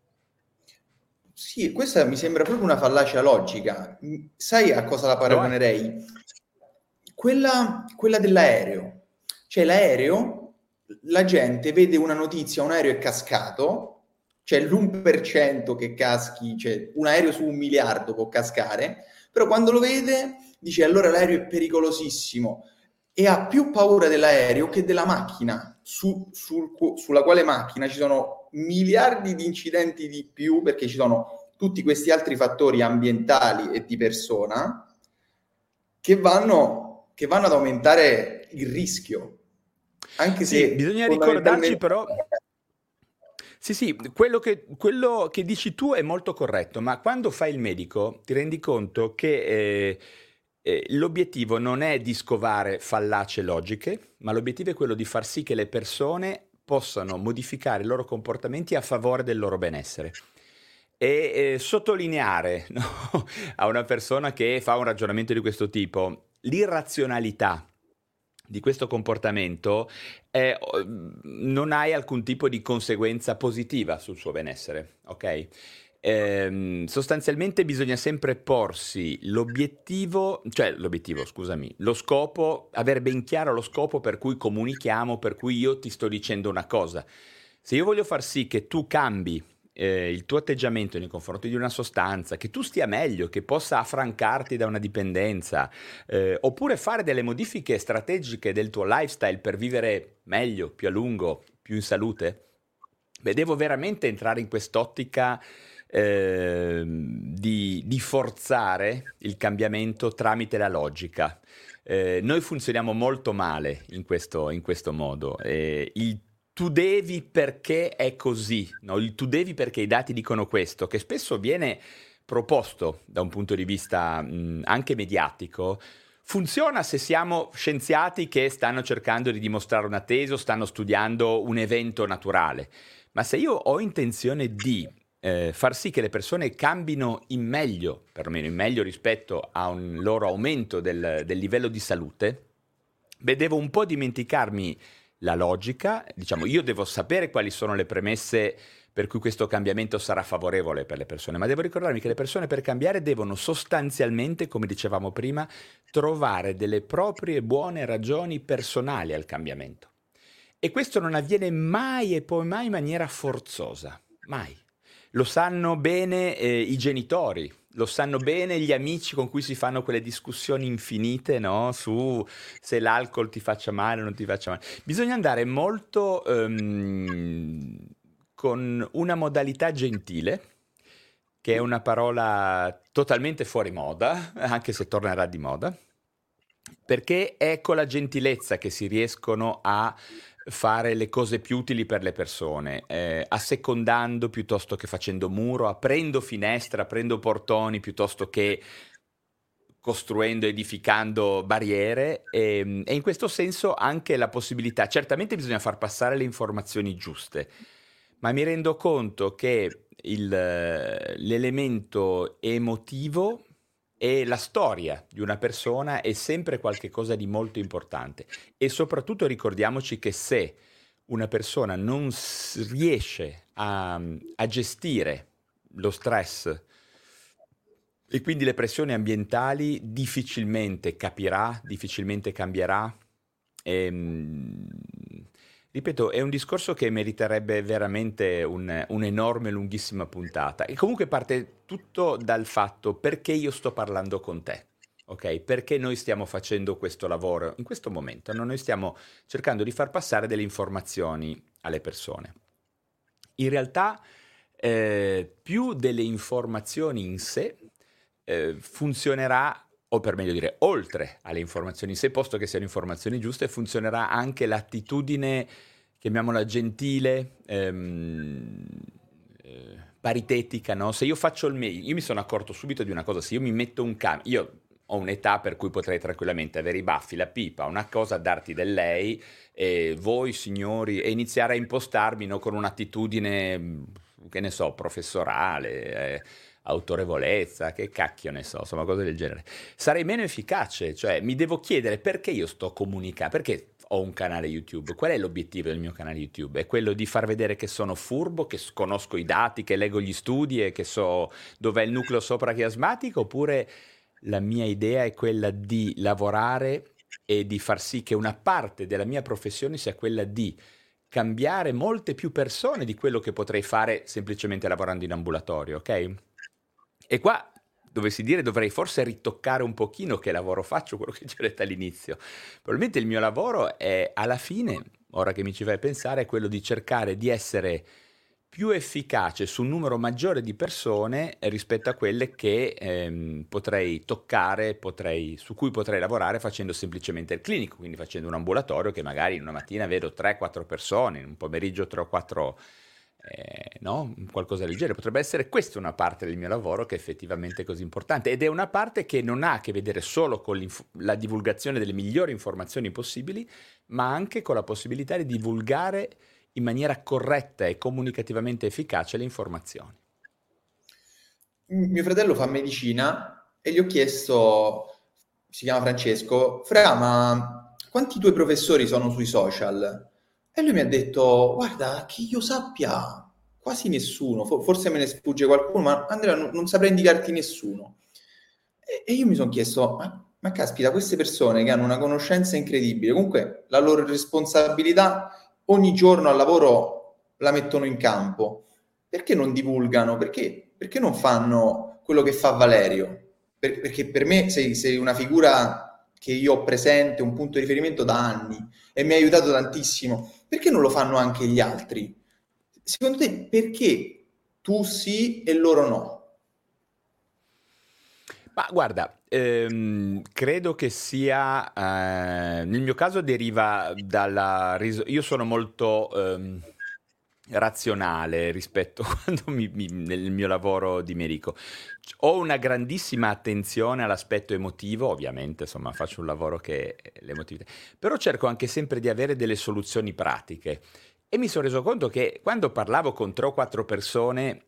Sì, questa mi sembra proprio una fallacia logica. Sai a cosa la paragonerei? Quella, quella dell'aereo. Cioè l'aereo la gente vede una notizia, un aereo è cascato, c'è l'uno per cento che caschi, cioè un aereo su un miliardo può cascare, però quando lo vede dice allora l'aereo è pericolosissimo e ha più paura dell'aereo che della macchina, su, sul, sulla quale macchina ci sono miliardi di incidenti di più perché ci sono tutti questi altri fattori ambientali e di persona che vanno, che vanno ad aumentare il rischio. Anche Sì, se bisogna ricordarci fondamentalmente... però... Sì, sì, quello che, quello che dici tu è molto corretto, ma quando fai il medico ti rendi conto che eh, eh, l'obiettivo non è di scovare fallacie logiche, ma l'obiettivo è quello di far sì che le persone possano modificare i loro comportamenti a favore del loro benessere. E eh, sottolineare, no, a una persona che fa un ragionamento di questo tipo l'irrazionalità di questo comportamento, eh, non hai alcun tipo di conseguenza positiva sul suo benessere, ok? Ehm, sostanzialmente bisogna sempre porsi l'obiettivo, cioè l'obiettivo, scusami, lo scopo, avere ben chiaro lo scopo per cui comunichiamo, per cui io ti sto dicendo una cosa. Se io voglio far sì che tu cambi eh, il tuo atteggiamento nei confronti di una sostanza, che tu stia meglio, che possa affrancarti da una dipendenza, eh, oppure fare delle modifiche strategiche del tuo lifestyle per vivere meglio, più a lungo, più in salute, beh, devo veramente entrare in quest'ottica eh, di, di forzare il cambiamento tramite la logica. Eh, noi funzioniamo molto male in questo, in questo modo. Eh, il tu devi perché è così, no? Il tu devi perché i dati dicono questo, che spesso viene proposto da un punto di vista mh, anche mediatico, funziona se siamo scienziati che stanno cercando di dimostrare una tesi o stanno studiando un evento naturale. Ma se io ho intenzione di eh, far sì che le persone cambino in meglio, perlomeno in meglio rispetto a un loro aumento del, del livello di salute, beh, devo un po' dimenticarmi la logica, diciamo, io devo sapere quali sono le premesse per cui questo cambiamento sarà favorevole per le persone, ma devo ricordarmi che le persone per cambiare devono sostanzialmente, come dicevamo prima, trovare delle proprie buone ragioni personali al cambiamento. E questo non avviene mai e poi mai in maniera forzosa, mai. Lo sanno bene eh, i genitori, lo sanno bene gli amici con cui si fanno quelle discussioni infinite, no? Su se l'alcol ti faccia male o non ti faccia male. Bisogna andare molto um, con una modalità gentile, che è una parola totalmente fuori moda, anche se tornerà di moda, perché è con la gentilezza che si riescono a fare le cose più utili per le persone, eh, assecondando piuttosto che facendo muro, aprendo finestre, aprendo portoni piuttosto che costruendo, edificando barriere e, e in questo senso anche la possibilità, certamente bisogna far passare le informazioni giuste, ma mi rendo conto che il, l'elemento emotivo e la storia di una persona è sempre qualcosa di molto importante e soprattutto ricordiamoci che se una persona non s- riesce a, a gestire lo stress e quindi le pressioni ambientali, difficilmente capirà, difficilmente cambierà. Ehm, ripeto, è un discorso che meriterebbe veramente un, un'enorme, lunghissima puntata. E comunque parte tutto dal fatto perché io sto parlando con te, ok? Perché noi stiamo facendo questo lavoro in questo momento, no? Noi stiamo cercando di far passare delle informazioni alle persone. In realtà, eh, più delle informazioni in sé, eh, funzionerà, o per meglio dire, oltre alle informazioni in sé, posto che siano informazioni giuste, funzionerà anche l'attitudine, chiamiamola gentile, ehm, eh, paritetica, no? Se io faccio il meglio, io mi sono accorto subito di una cosa, se io mi metto un cambio, io ho un'età per cui potrei tranquillamente avere i baffi, la pipa, una cosa, darti del lei, e voi signori, e iniziare a impostarmi, no, con un'attitudine, che ne so, professorale, eh, autorevolezza, che cacchio ne so, insomma, cose del genere. Sarei meno efficace, cioè mi devo chiedere perché io sto comunicando, perché ho un canale YouTube, qual è l'obiettivo del mio canale YouTube? È quello di far vedere che sono furbo, che conosco i dati, che leggo gli studi e che so dov'è il nucleo soprachiasmatico, oppure la mia idea è quella di lavorare e di far sì che una parte della mia professione sia quella di cambiare molte più persone di quello che potrei fare semplicemente lavorando in ambulatorio, ok? E qua, dovessi dire, dovrei forse ritoccare un pochino che lavoro faccio, quello che ti ho detto all'inizio. Probabilmente il mio lavoro è, alla fine, ora che mi ci fai pensare, è quello di cercare di essere più efficace su un numero maggiore di persone rispetto a quelle che ehm, potrei toccare, potrei, su cui potrei lavorare facendo semplicemente il clinico, quindi facendo un ambulatorio che magari in una mattina vedo tre quattro persone, in un pomeriggio tre o quattro, eh, no? Qualcosa del genere. Potrebbe essere questa una parte del mio lavoro che è effettivamente così importante, ed è una parte che non ha a che vedere solo con la divulgazione delle migliori informazioni possibili, ma anche con la possibilità di divulgare in maniera corretta e comunicativamente efficace le informazioni. Mio fratello fa medicina e gli ho chiesto, si chiama Francesco, Fra, ma quanti tuoi professori sono sui social? E lui mi ha detto, guarda, che io sappia, quasi nessuno, forse me ne sfugge qualcuno, ma Andrea non, non saprei indicarti nessuno. E, e io mi sono chiesto, ma, ma caspita, queste persone che hanno una conoscenza incredibile, comunque la loro responsabilità ogni giorno al lavoro la mettono in campo, perché non divulgano? Perché, perché non fanno quello che fa Valerio? Per, perché per me sei, sei una figura che io ho presente, un punto di riferimento da anni e mi ha aiutato tantissimo. Perché non lo fanno anche gli altri? Secondo te perché tu sì e loro no? Ma guarda, ehm, credo che sia, eh, nel mio caso deriva dalla... ris- io sono molto ehm, razionale rispetto a quando mi, mi- nel mio lavoro di medico. C- Ho una grandissima attenzione all'aspetto emotivo, ovviamente, insomma, faccio un lavoro che è l'emotività, però cerco anche sempre di avere delle soluzioni pratiche. E mi sono reso conto che quando parlavo con tre o quattro persone,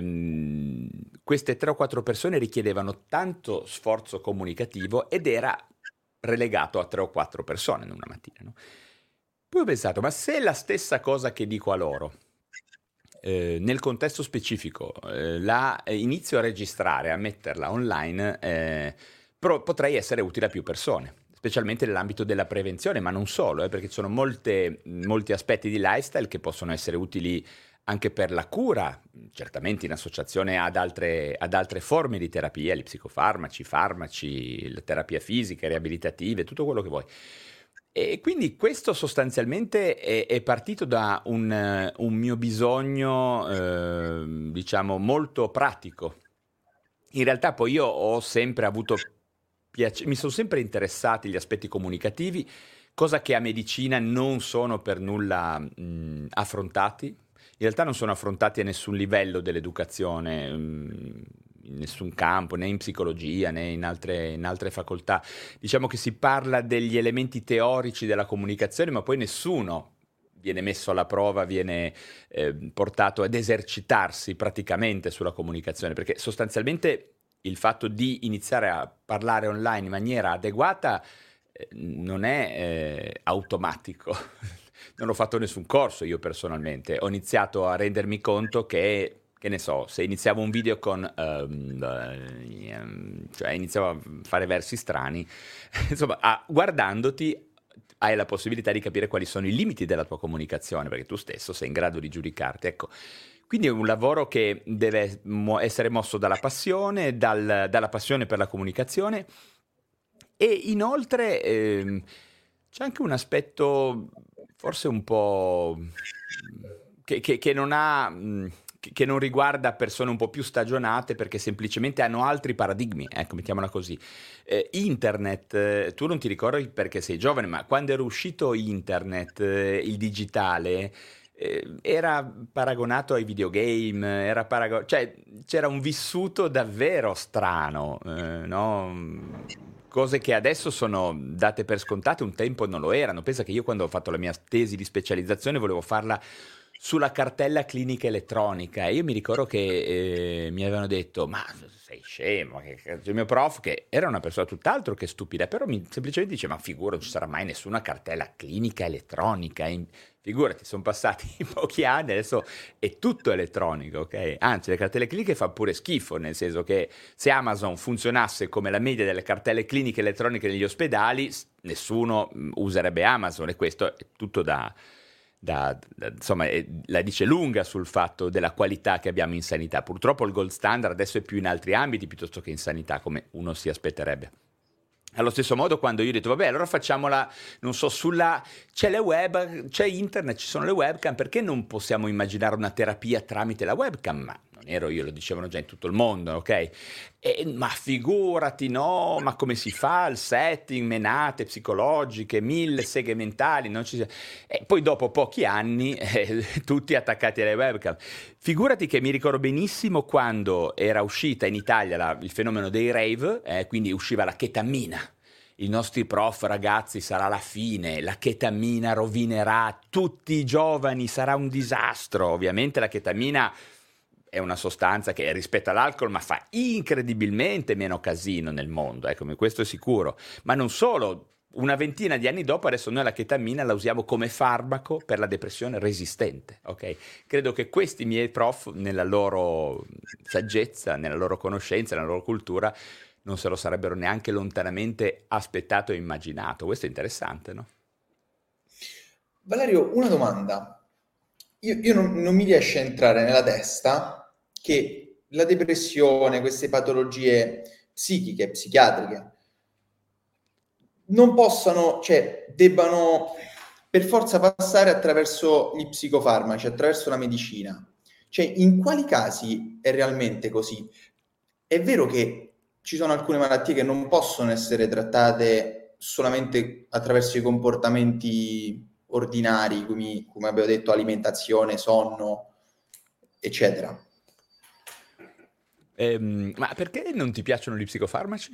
ehm, queste tre o quattro persone richiedevano tanto sforzo comunicativo ed era relegato a tre o quattro persone in una mattina, no? Poi ho pensato, ma se è la stessa cosa che dico a loro, eh, nel contesto specifico, eh, la eh, inizio a registrare, a metterla online, eh, pro- potrei essere utile a più persone, specialmente nell'ambito della prevenzione, ma non solo, eh, perché ci sono molte- molti aspetti di lifestyle che possono essere utili anche per la cura, certamente in associazione ad altre, ad altre forme di terapia, gli psicofarmaci, i farmaci, la terapia fisica, riabilitative, tutto quello che vuoi. E quindi questo sostanzialmente è, è partito da un, eh, un mio bisogno, eh, diciamo, molto pratico. In realtà poi io ho sempre avuto piacere, mi sono sempre interessati gli aspetti comunicativi, cosa che a medicina non sono per nulla mh, affrontati. In realtà non sono affrontati a nessun livello dell'educazione, mh, in nessun campo, né in psicologia né in altre, in altre facoltà. Diciamo che si parla degli elementi teorici della comunicazione, ma poi nessuno viene messo alla prova, viene eh, portato ad esercitarsi praticamente sulla comunicazione, perché sostanzialmente il fatto di iniziare a parlare online in maniera adeguata eh, non è eh, automatico. Non ho fatto nessun corso io personalmente, ho iniziato a rendermi conto che, che ne so, se iniziavo un video con, ehm, ehm, cioè iniziavo a fare versi strani, insomma, a- guardandoti hai la possibilità di capire quali sono i limiti della tua comunicazione, perché tu stesso sei in grado di giudicarti. Ecco, quindi è un lavoro che deve mo- essere mosso dalla passione, dal- dalla passione per la comunicazione e inoltre ehm, c'è anche un aspetto forse un po' che, che- che non ha, mh, che, che non riguarda persone un po' più stagionate perché semplicemente hanno altri paradigmi, ecco, mettiamola così. Eh, internet, eh, tu non ti ricordi perché sei giovane, ma quando era uscito internet, eh, il digitale, eh, era paragonato ai videogame, era parago- cioè c'era un vissuto davvero strano, eh, no? Cose che adesso sono date per scontate, un tempo non lo erano. Pensa che io quando ho fatto la mia tesi di specializzazione volevo farla sulla cartella clinica elettronica e io mi ricordo che eh, mi avevano detto ma sei scemo, che, che- il mio prof che era una persona tutt'altro che stupida, però mi semplicemente dice ma figura non ci sarà mai nessuna cartella clinica elettronica, in- figurati sono passati pochi anni adesso è tutto elettronico, ok? Anzi le cartelle cliniche fa pure schifo, nel senso che se Amazon funzionasse come la media delle cartelle cliniche elettroniche negli ospedali nessuno mh, userebbe Amazon, e questo è tutto da... Da, da, insomma, è, la dice lunga sul fatto della qualità che abbiamo in sanità. Purtroppo il gold standard adesso è più in altri ambiti piuttosto che in sanità, come uno si aspetterebbe. Allo stesso modo, quando io ho detto vabbè, allora facciamola, non so, sulla c'è le web, c'è internet, ci sono le webcam, perché non possiamo immaginare una terapia tramite la webcam? Ma non ero io, lo dicevano già in tutto il mondo, ok? E, ma figurati, no, ma come si fa il setting, menate psicologiche, mille seghe mentali, non ci... E poi dopo pochi anni eh, tutti attaccati alle webcam. Figurati che mi ricordo benissimo quando era uscita in Italia la, il fenomeno dei rave, eh, quindi usciva la chetamina. I nostri prof, ragazzi, sarà la fine, la chetamina rovinerà tutti i giovani, sarà un disastro. Ovviamente la chetamina è una sostanza che rispetto all'alcol ma fa incredibilmente meno casino nel mondo, ecco, questo è sicuro. Ma non solo, una ventina di anni dopo adesso noi la chetamina la usiamo come farmaco per la depressione resistente, ok? Credo che questi miei prof, nella loro saggezza, nella loro conoscenza, nella loro cultura, non se lo sarebbero neanche lontanamente aspettato e immaginato. Questo è interessante, no? Valerio, una domanda. Io, io non, non mi riesce a entrare nella testa che la depressione, queste patologie psichiche, psichiatriche, non possano, cioè, debbano per forza passare attraverso gli psicofarmaci, attraverso la medicina. Cioè, in quali casi è realmente così? È vero che ci sono alcune malattie che non possono essere trattate solamente attraverso i comportamenti ordinari, come, come abbiamo detto, alimentazione, sonno, eccetera. Ehm, ma perché non ti piacciono gli psicofarmaci?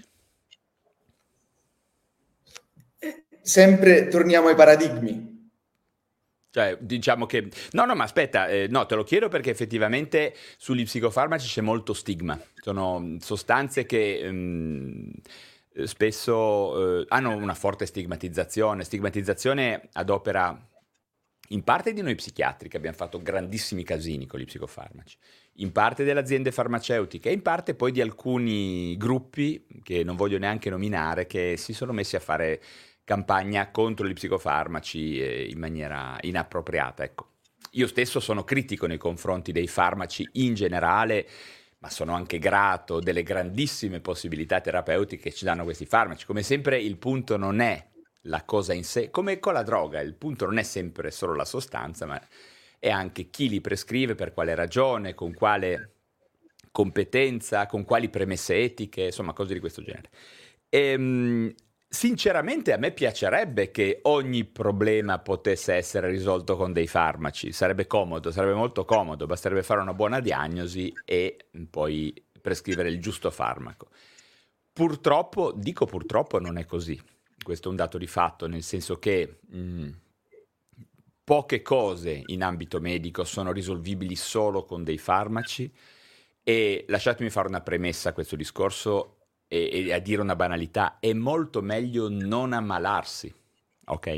Sempre torniamo ai paradigmi. Cioè, diciamo che... No, no, ma aspetta, eh, no, te lo chiedo perché effettivamente sugli psicofarmaci c'è molto stigma. Sono sostanze che ehm, spesso eh, hanno una forte stigmatizzazione. Stigmatizzazione ad opera in parte di noi psichiatri, che abbiamo fatto grandissimi casini con gli psicofarmaci, in parte delle aziende farmaceutiche e in parte poi di alcuni gruppi, che non voglio neanche nominare, che si sono messi a fare campagna contro gli psicofarmaci eh, in maniera inappropriata. Ecco. Io stesso sono critico nei confronti dei farmaci in generale, ma sono anche grato delle grandissime possibilità terapeutiche che ci danno questi farmaci. Come sempre il punto non è la cosa in sé, come con la droga, il punto non è sempre solo la sostanza, ma è anche chi li prescrive, per quale ragione, con quale competenza, con quali premesse etiche, insomma cose di questo genere. Ehm, Sinceramente a me piacerebbe che ogni problema potesse essere risolto con dei farmaci, sarebbe comodo, sarebbe molto comodo, basterebbe fare una buona diagnosi e poi prescrivere il giusto farmaco. Purtroppo, dico purtroppo, non è così, questo è un dato di fatto, nel senso che mh, poche cose in ambito medico sono risolvibili solo con dei farmaci e lasciatemi fare una premessa a questo discorso. E, e a dire una banalità, è molto meglio non ammalarsi, ok?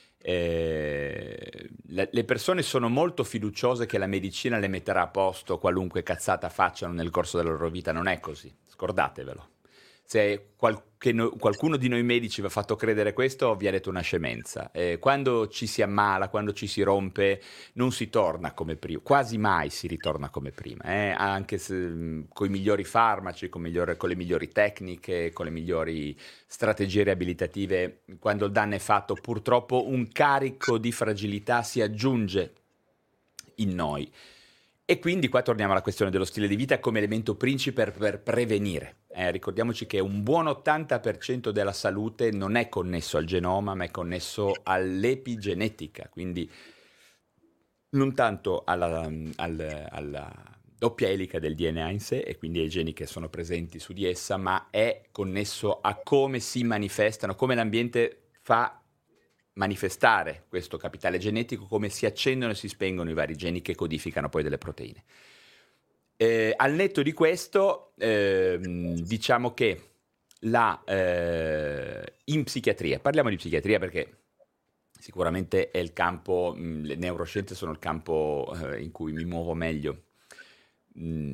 Eh, le, le persone sono molto fiduciose che la medicina le metterà a posto qualunque cazzata facciano nel corso della loro vita, non è così, scordatevelo. Se qualche no, qualcuno di noi medici vi ha fatto credere questo, vi ha detto una scemenza. Eh, quando ci si ammala, quando ci si rompe, non si torna come prima, quasi mai si ritorna come prima, eh? Anche se, con i migliori farmaci, con, migliore, con le migliori tecniche, con le migliori strategie riabilitative, quando il danno è fatto, purtroppo un carico di fragilità si aggiunge in noi. E quindi qua torniamo alla questione dello stile di vita come elemento principe per, per prevenire. Eh, ricordiamoci che un buon ottanta per cento della salute non è connesso al genoma, ma è connesso all'epigenetica, quindi non tanto alla, alla, alla doppia elica del D N A in sé, e quindi ai geni che sono presenti su di essa, ma è connesso a come si manifestano, come l'ambiente fa manifestare questo capitale genetico, come si accendono e si spengono i vari geni che codificano poi delle proteine. Eh, al netto di questo, ehm, diciamo che la, eh, in psichiatria, parliamo di psichiatria perché sicuramente è il campo, mh, le neuroscienze sono il campo eh, in cui mi muovo meglio. Mh,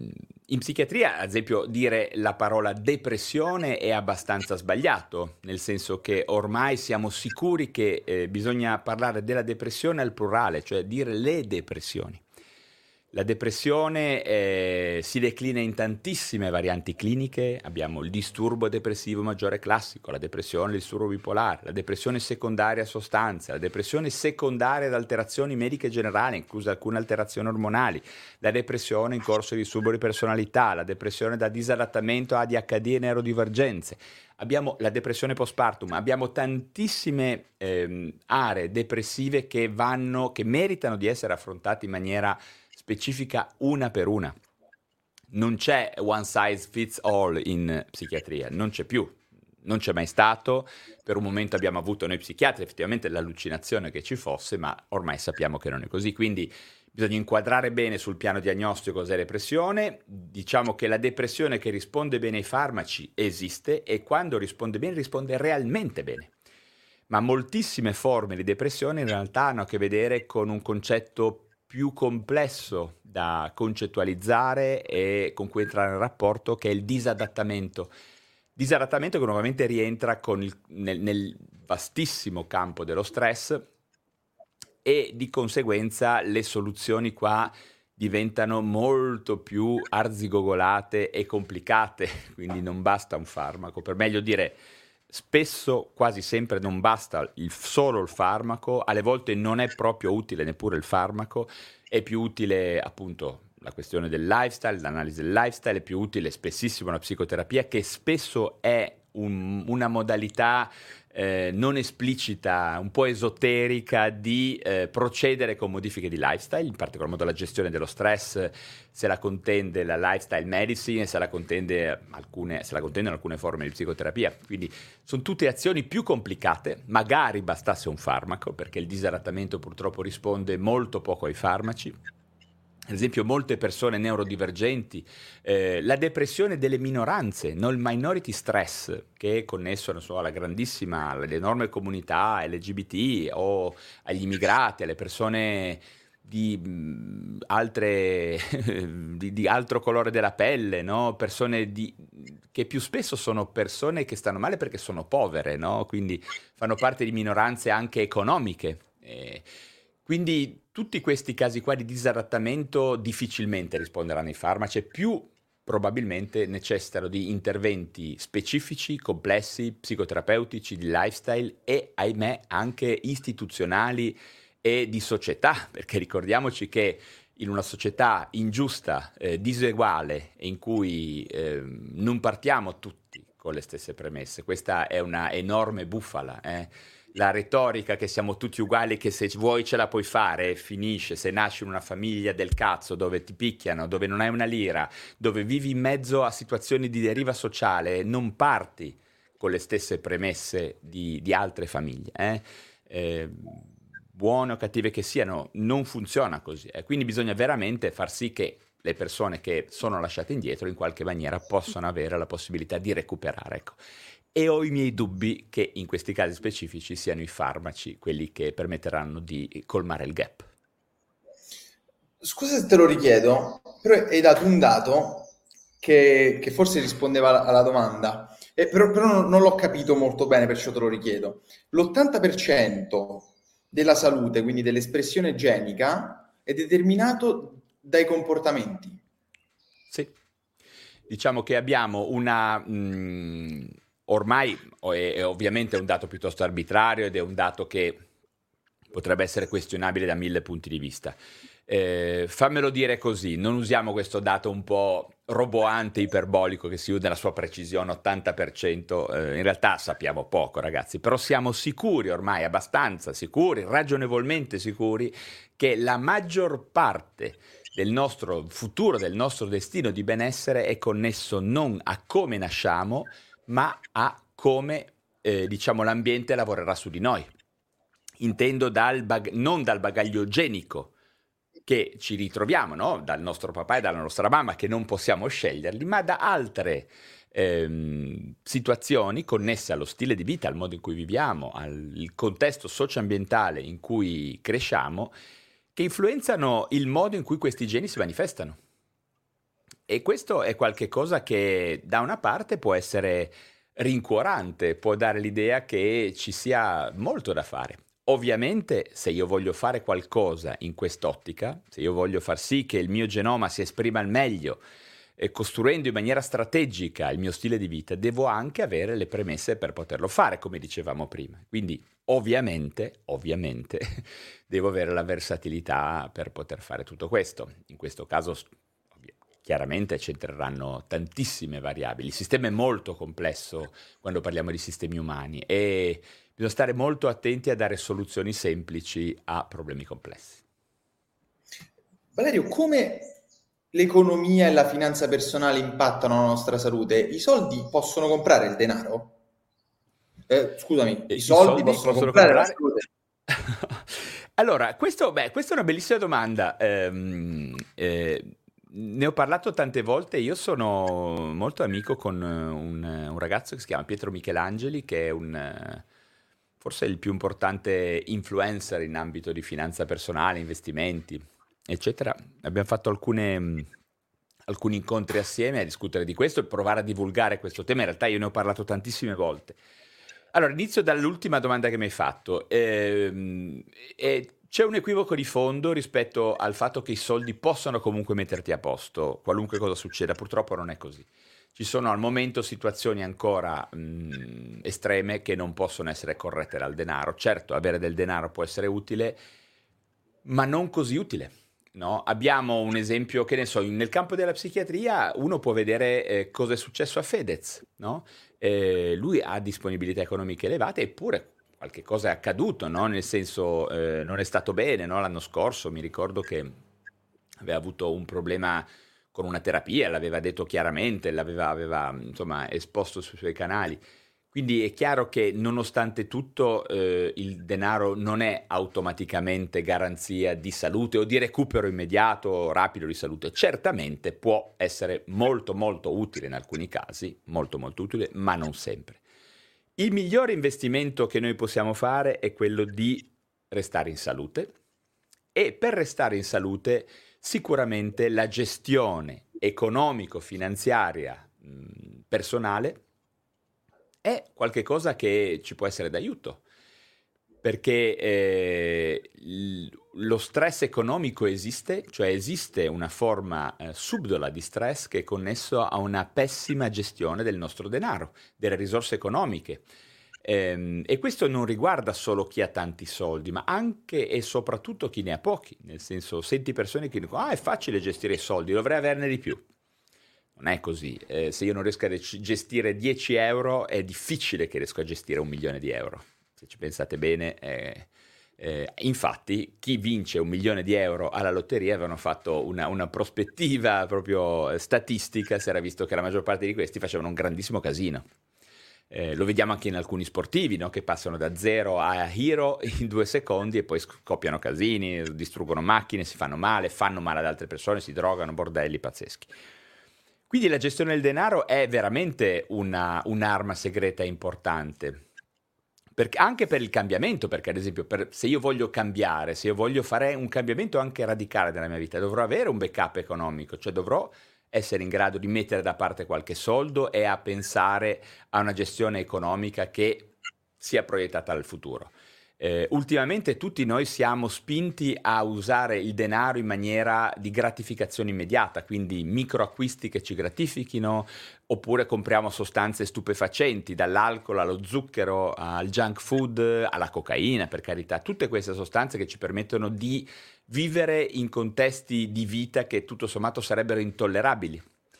in psichiatria, ad esempio, dire la parola depressione è abbastanza sbagliato, nel senso che ormai siamo sicuri che eh, bisogna parlare della depressione al plurale, cioè dire le depressioni. La depressione eh, si declina in tantissime varianti cliniche, abbiamo il disturbo depressivo maggiore classico, la depressione, il disturbo bipolare, la depressione secondaria a sostanze, la depressione secondaria ad alterazioni mediche generali, incluse alcune alterazioni ormonali, la depressione in corso di disturbo di personalità, la depressione da disadattamento a A D H D e neurodivergenze. Abbiamo la depressione postpartum, abbiamo tantissime ehm, aree depressive che vanno, che meritano di essere affrontate in maniera specifica una per una. Non c'è one size fits all in psichiatria, non c'è più, non c'è mai stato. Per un momento abbiamo avuto noi psichiatri effettivamente l'allucinazione che ci fosse, ma ormai sappiamo che non è così, quindi bisogna inquadrare bene sul piano diagnostico cos'è depressione. Diciamo che la depressione che risponde bene ai farmaci esiste e quando risponde bene risponde realmente bene. Ma moltissime forme di depressione in realtà hanno a che vedere con un concetto più complesso da concettualizzare e con cui entrare in rapporto, che è il disadattamento. Disadattamento che nuovamente rientra con il, nel, nel vastissimo campo dello stress e di conseguenza le soluzioni qua diventano molto più arzigogolate e complicate, quindi non basta un farmaco, per meglio dire spesso, quasi sempre non basta il, solo il farmaco, alle volte non è proprio utile neppure il farmaco, è più utile appunto la questione del lifestyle, l'analisi del lifestyle, è più utile spessissimo la psicoterapia, che spesso è un, una modalità eh, non esplicita, un po' esoterica di eh, procedere con modifiche di lifestyle, in particolar modo la gestione dello stress, se la contende la lifestyle medicine, se la contende alcune, se la contendono alcune forme di psicoterapia. Quindi sono tutte azioni più complicate, magari bastasse un farmaco, perché il disadattamento purtroppo risponde molto poco ai farmaci. Ad esempio molte persone neurodivergenti, eh, la depressione delle minoranze, no? Il minority stress, che è connesso non so, alla grandissima, all'enorme comunità L G B T o agli immigrati, alle persone di, mh, altre, di, di altro colore della pelle, no? Persone di, che più spesso sono persone che stanno male perché sono povere, no? Quindi fanno parte di minoranze anche economiche. Eh, Quindi tutti questi casi qua di disadattamento difficilmente risponderanno ai farmaci, più probabilmente necessitano di interventi specifici, complessi, psicoterapeutici, di lifestyle e, ahimè, anche istituzionali e di società, perché ricordiamoci che in una società ingiusta, eh, diseguale, in cui eh, non partiamo tutti con le stesse premesse, questa è una enorme bufala, eh. La retorica che siamo tutti uguali, che se vuoi ce la puoi fare, finisce. Se nasci in una famiglia del cazzo dove ti picchiano, dove non hai una lira, dove vivi in mezzo a situazioni di deriva sociale, non parti con le stesse premesse di, di altre famiglie. Eh? Eh, buone o cattive che siano, non funziona così. Eh? Quindi bisogna veramente far sì che le persone che sono lasciate indietro in qualche maniera possano avere la possibilità di recuperare. Ecco. E ho i miei dubbi che in questi casi specifici siano i farmaci quelli che permetteranno di colmare il gap. Scusa se te lo richiedo, però hai dato un dato che, che forse rispondeva alla domanda, eh, però, però non, non l'ho capito molto bene, perciò te lo richiedo. L'ottanta per cento della salute, quindi dell'espressione genica, è determinato dai comportamenti. Sì, diciamo che abbiamo una... Mh, ormai è, è ovviamente un dato piuttosto arbitrario ed è un dato che potrebbe essere questionabile da mille punti di vista. Eh, fammelo dire così, non usiamo questo dato un po' roboante, iperbolico, che si usa nella sua precisione ottanta per cento, eh, in realtà sappiamo poco ragazzi, però siamo sicuri ormai, abbastanza sicuri, ragionevolmente sicuri, che la maggior parte del nostro futuro, del nostro destino di benessere è connesso non a come nasciamo, ma a come eh, diciamo l'ambiente lavorerà su di noi. Intendo dal bag- non dal bagaglio genico che ci ritroviamo, no? Dal nostro papà e dalla nostra mamma, che non possiamo sceglierli, ma da altre ehm, situazioni connesse allo stile di vita, al modo in cui viviamo, al contesto socio-ambientale in cui cresciamo, che influenzano il modo in cui questi geni si manifestano. E questo è qualche cosa che da una parte può essere rincuorante, può dare l'idea che ci sia molto da fare. Ovviamente, se io voglio fare qualcosa in quest'ottica, se io voglio far sì che il mio genoma si esprima al meglio, eh, costruendo in maniera strategica il mio stile di vita, devo anche avere le premesse per poterlo fare, come dicevamo prima. Quindi, ovviamente, ovviamente, devo avere la versatilità per poter fare tutto questo. In questo caso, chiaramente c'entreranno tantissime variabili. Il sistema è molto complesso quando parliamo di sistemi umani e bisogna stare molto attenti a dare soluzioni semplici a problemi complessi. Valerio, come l'economia e la finanza personale impattano la nostra salute? I soldi possono comprare il denaro? Eh, scusami, E i i soldi, soldi possono, possono comprare la comprare? salute? Allora, questo, beh, questa è una bellissima domanda. Ehm, eh, ne ho parlato tante volte. Io sono molto amico con un, un ragazzo che si chiama Pietro Michelangeli, che è un, eh, forse il più importante influencer in ambito di finanza personale, investimenti, eccetera. Abbiamo fatto alcune, mh, alcuni incontri assieme a discutere di questo e provare a divulgare questo tema. In realtà io ne ho parlato tantissime volte. Allora, inizio dall'ultima domanda che mi hai fatto. Ehm, e c'è un equivoco di fondo rispetto al fatto che i soldi possano comunque metterti a posto, qualunque cosa succeda. Purtroppo non è così. Ci sono al momento situazioni ancora mh, estreme che non possono essere corrette dal denaro. Certo, avere del denaro può essere utile, ma non così utile. No? Abbiamo un esempio, che ne so, nel campo della psichiatria uno può vedere eh, cosa è successo a Fedez, no? Eh, lui ha disponibilità economiche elevate, eppure qualche cosa è accaduto, no? Nel senso eh, non è stato bene, no? L'anno scorso mi ricordo che aveva avuto un problema con una terapia, l'aveva detto chiaramente, l'aveva aveva, insomma, esposto sui suoi canali. Quindi è chiaro che nonostante tutto eh, il denaro non è automaticamente garanzia di salute o di recupero immediato, rapido di salute. Certamente può essere molto molto utile in alcuni casi, molto molto utile, ma non sempre. Il migliore investimento che noi possiamo fare è quello di restare in salute e per restare in salute sicuramente la gestione economico-finanziaria mh, personale è qualcosa che ci può essere d'aiuto, perché eh, l- lo stress economico esiste, cioè esiste una forma eh, subdola di stress che è connesso a una pessima gestione del nostro denaro, delle risorse economiche. Ehm, e questo non riguarda solo chi ha tanti soldi, ma anche e soprattutto chi ne ha pochi, nel senso senti persone che dicono ah è facile gestire i soldi, dovrei averne di più. Non è così. Eh, se io non riesco a rec- gestire dieci euro, è difficile che riesco a gestire un milione di euro. Se ci pensate bene, eh, eh, infatti, chi vince un milione di euro alla lotteria avevano fatto una, una prospettiva proprio statistica, si era visto che la maggior parte di questi facevano un grandissimo casino. Eh, lo vediamo anche in alcuni sportivi, no? Che passano da zero a hero in due secondi e poi scoppiano casini, distruggono macchine, si fanno male, fanno male ad altre persone, si drogano, bordelli pazzeschi. Quindi la gestione del denaro è veramente una, un'arma segreta importante, perché, anche per il cambiamento, perché ad esempio per, se io voglio cambiare, se io voglio fare un cambiamento anche radicale nella mia vita, dovrò avere un backup economico, cioè dovrò essere in grado di mettere da parte qualche soldo e a pensare a una gestione economica che sia proiettata al futuro. Eh, ultimamente tutti noi siamo spinti a usare il denaro in maniera di gratificazione immediata, quindi microacquisti che ci gratifichino, oppure compriamo sostanze stupefacenti, dall'alcol allo zucchero, al junk food, alla cocaina, per carità, tutte queste sostanze che ci permettono di vivere in contesti di vita che tutto sommato sarebbero intollerabili.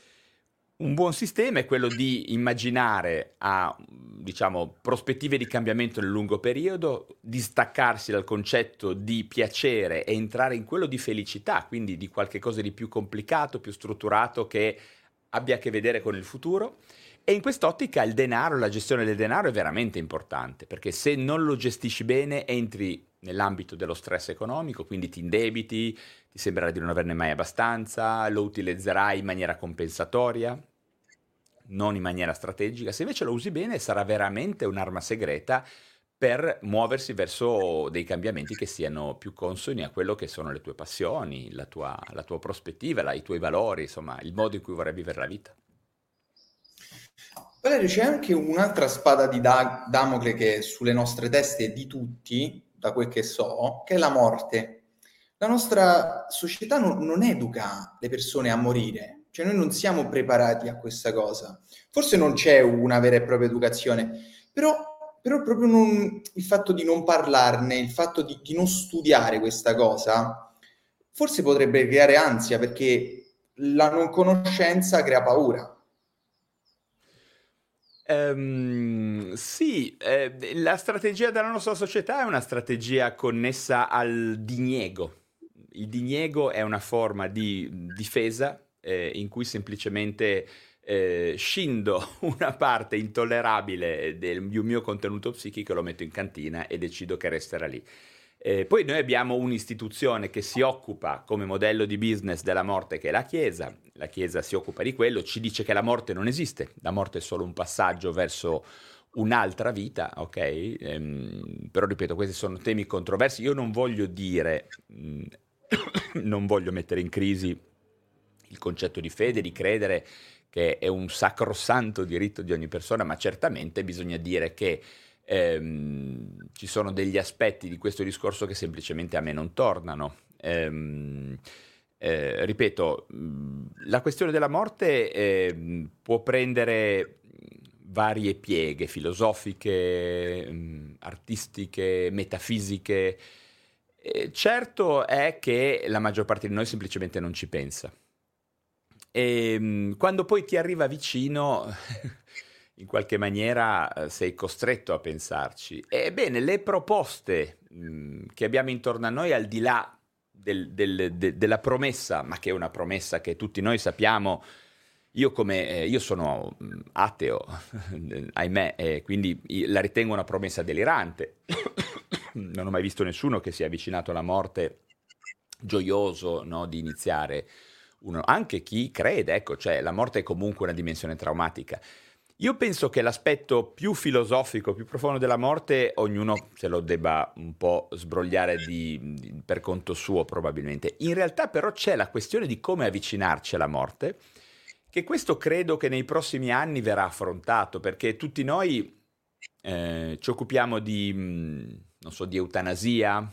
Un buon sistema è quello di immaginare a, diciamo, prospettive di cambiamento nel lungo periodo, distaccarsi dal concetto di piacere e entrare in quello di felicità, quindi di qualche cosa di più complicato, più strutturato, che abbia a che vedere con il futuro. E in quest'ottica il denaro, la gestione del denaro è veramente importante, perché se non lo gestisci bene entri nell'ambito dello stress economico, quindi ti indebiti, ti sembrerà di non averne mai abbastanza, lo utilizzerai in maniera compensatoria, non in maniera strategica. Se invece lo usi bene sarà veramente un'arma segreta per muoversi verso dei cambiamenti che siano più consoni a quello che sono le tue passioni, la tua, la tua prospettiva, la- i tuoi valori, insomma, il modo in cui vorrai vivere la vita. Valerio, c'è anche un'altra spada di Da- Damocle che è sulle nostre teste di tutti, da quel che so, che è la morte. La nostra società non, non educa le persone a morire, cioè noi non siamo preparati a questa cosa. Forse non c'è una vera e propria educazione, però, però proprio non- il fatto di non parlarne, il fatto di, di non studiare questa cosa, forse potrebbe creare ansia perché la non conoscenza crea paura. Ehm, sì, eh, la strategia della nostra società è una strategia connessa al diniego. Il diniego è una forma di difesa eh, in cui semplicemente eh, scindo una parte intollerabile del, di un mio contenuto psichico, lo metto in cantina e decido che resterà lì. Eh, poi noi abbiamo un'istituzione che si occupa come modello di business della morte, che è la Chiesa. La Chiesa si occupa di quello, ci dice che la morte non esiste, la morte è solo un passaggio verso un'altra vita, ok? Ehm, però ripeto, questi sono temi controversi. Io non voglio dire, mh, non voglio mettere in crisi il concetto di fede, di credere che è un sacrosanto diritto di ogni persona, ma certamente bisogna dire che ehm, ci sono degli aspetti di questo discorso che semplicemente a me non tornano. Ehm, eh, ripeto, mh, la questione della morte ehm, può prendere varie pieghe filosofiche, mh, artistiche, metafisiche. Eh, certo è che la maggior parte di noi semplicemente non ci pensa. E mh, quando poi ti arriva vicino, in qualche maniera eh, sei costretto a pensarci. Ebbene, le proposte mh, che abbiamo intorno a noi, al di là del- del- de- della promessa, ma che è una promessa che tutti noi sappiamo, io come eh, io sono mh, ateo, ahimè, e quindi i- la ritengo una promessa delirante. Non ho mai visto nessuno che sia avvicinato alla morte gioioso, no, di iniziare uno, anche chi crede, ecco, cioè la morte è comunque una dimensione traumatica. Io penso che l'aspetto più filosofico, più profondo della morte, ognuno se lo debba un po' sbrogliare di- di- per conto suo probabilmente. In realtà però c'è la questione di come avvicinarci alla morte, che questo credo che nei prossimi anni verrà affrontato, perché tutti noi eh, ci occupiamo di, mh, non so, di eutanasia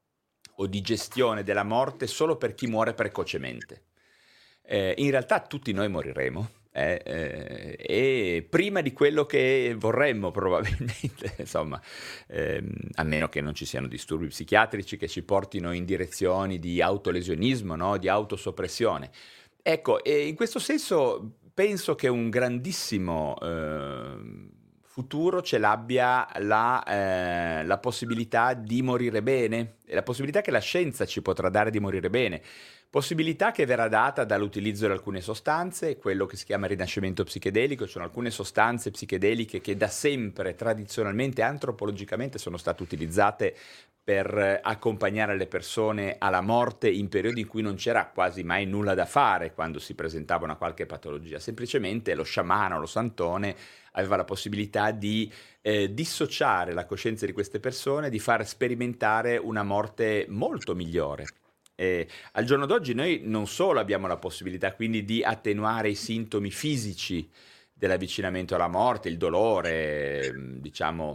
o di gestione della morte solo per chi muore precocemente. Eh, in realtà tutti noi moriremo, eh, eh, e prima di quello che vorremmo probabilmente, insomma, ehm, a meno che non ci siano disturbi psichiatrici che ci portino in direzioni di autolesionismo, no? Di autosoppressione. Ecco, e in questo senso penso che un grandissimo ehm, futuro ce l'abbia la, eh, la possibilità di morire bene, e la possibilità che la scienza ci potrà dare di morire bene. Possibilità che verrà data dall'utilizzo di alcune sostanze, quello che si chiama rinascimento psichedelico, ci sono alcune sostanze psichedeliche che da sempre, tradizionalmente, antropologicamente sono state utilizzate per eh, accompagnare le persone alla morte in periodi in cui non c'era quasi mai nulla da fare quando si presentava una qualche patologia. Semplicemente lo sciamano, lo santone aveva la possibilità di eh, dissociare la coscienza di queste persone, di far sperimentare una morte molto migliore. E al giorno d'oggi noi non solo abbiamo la possibilità quindi di attenuare i sintomi fisici dell'avvicinamento alla morte, il dolore, ehm, diciamo,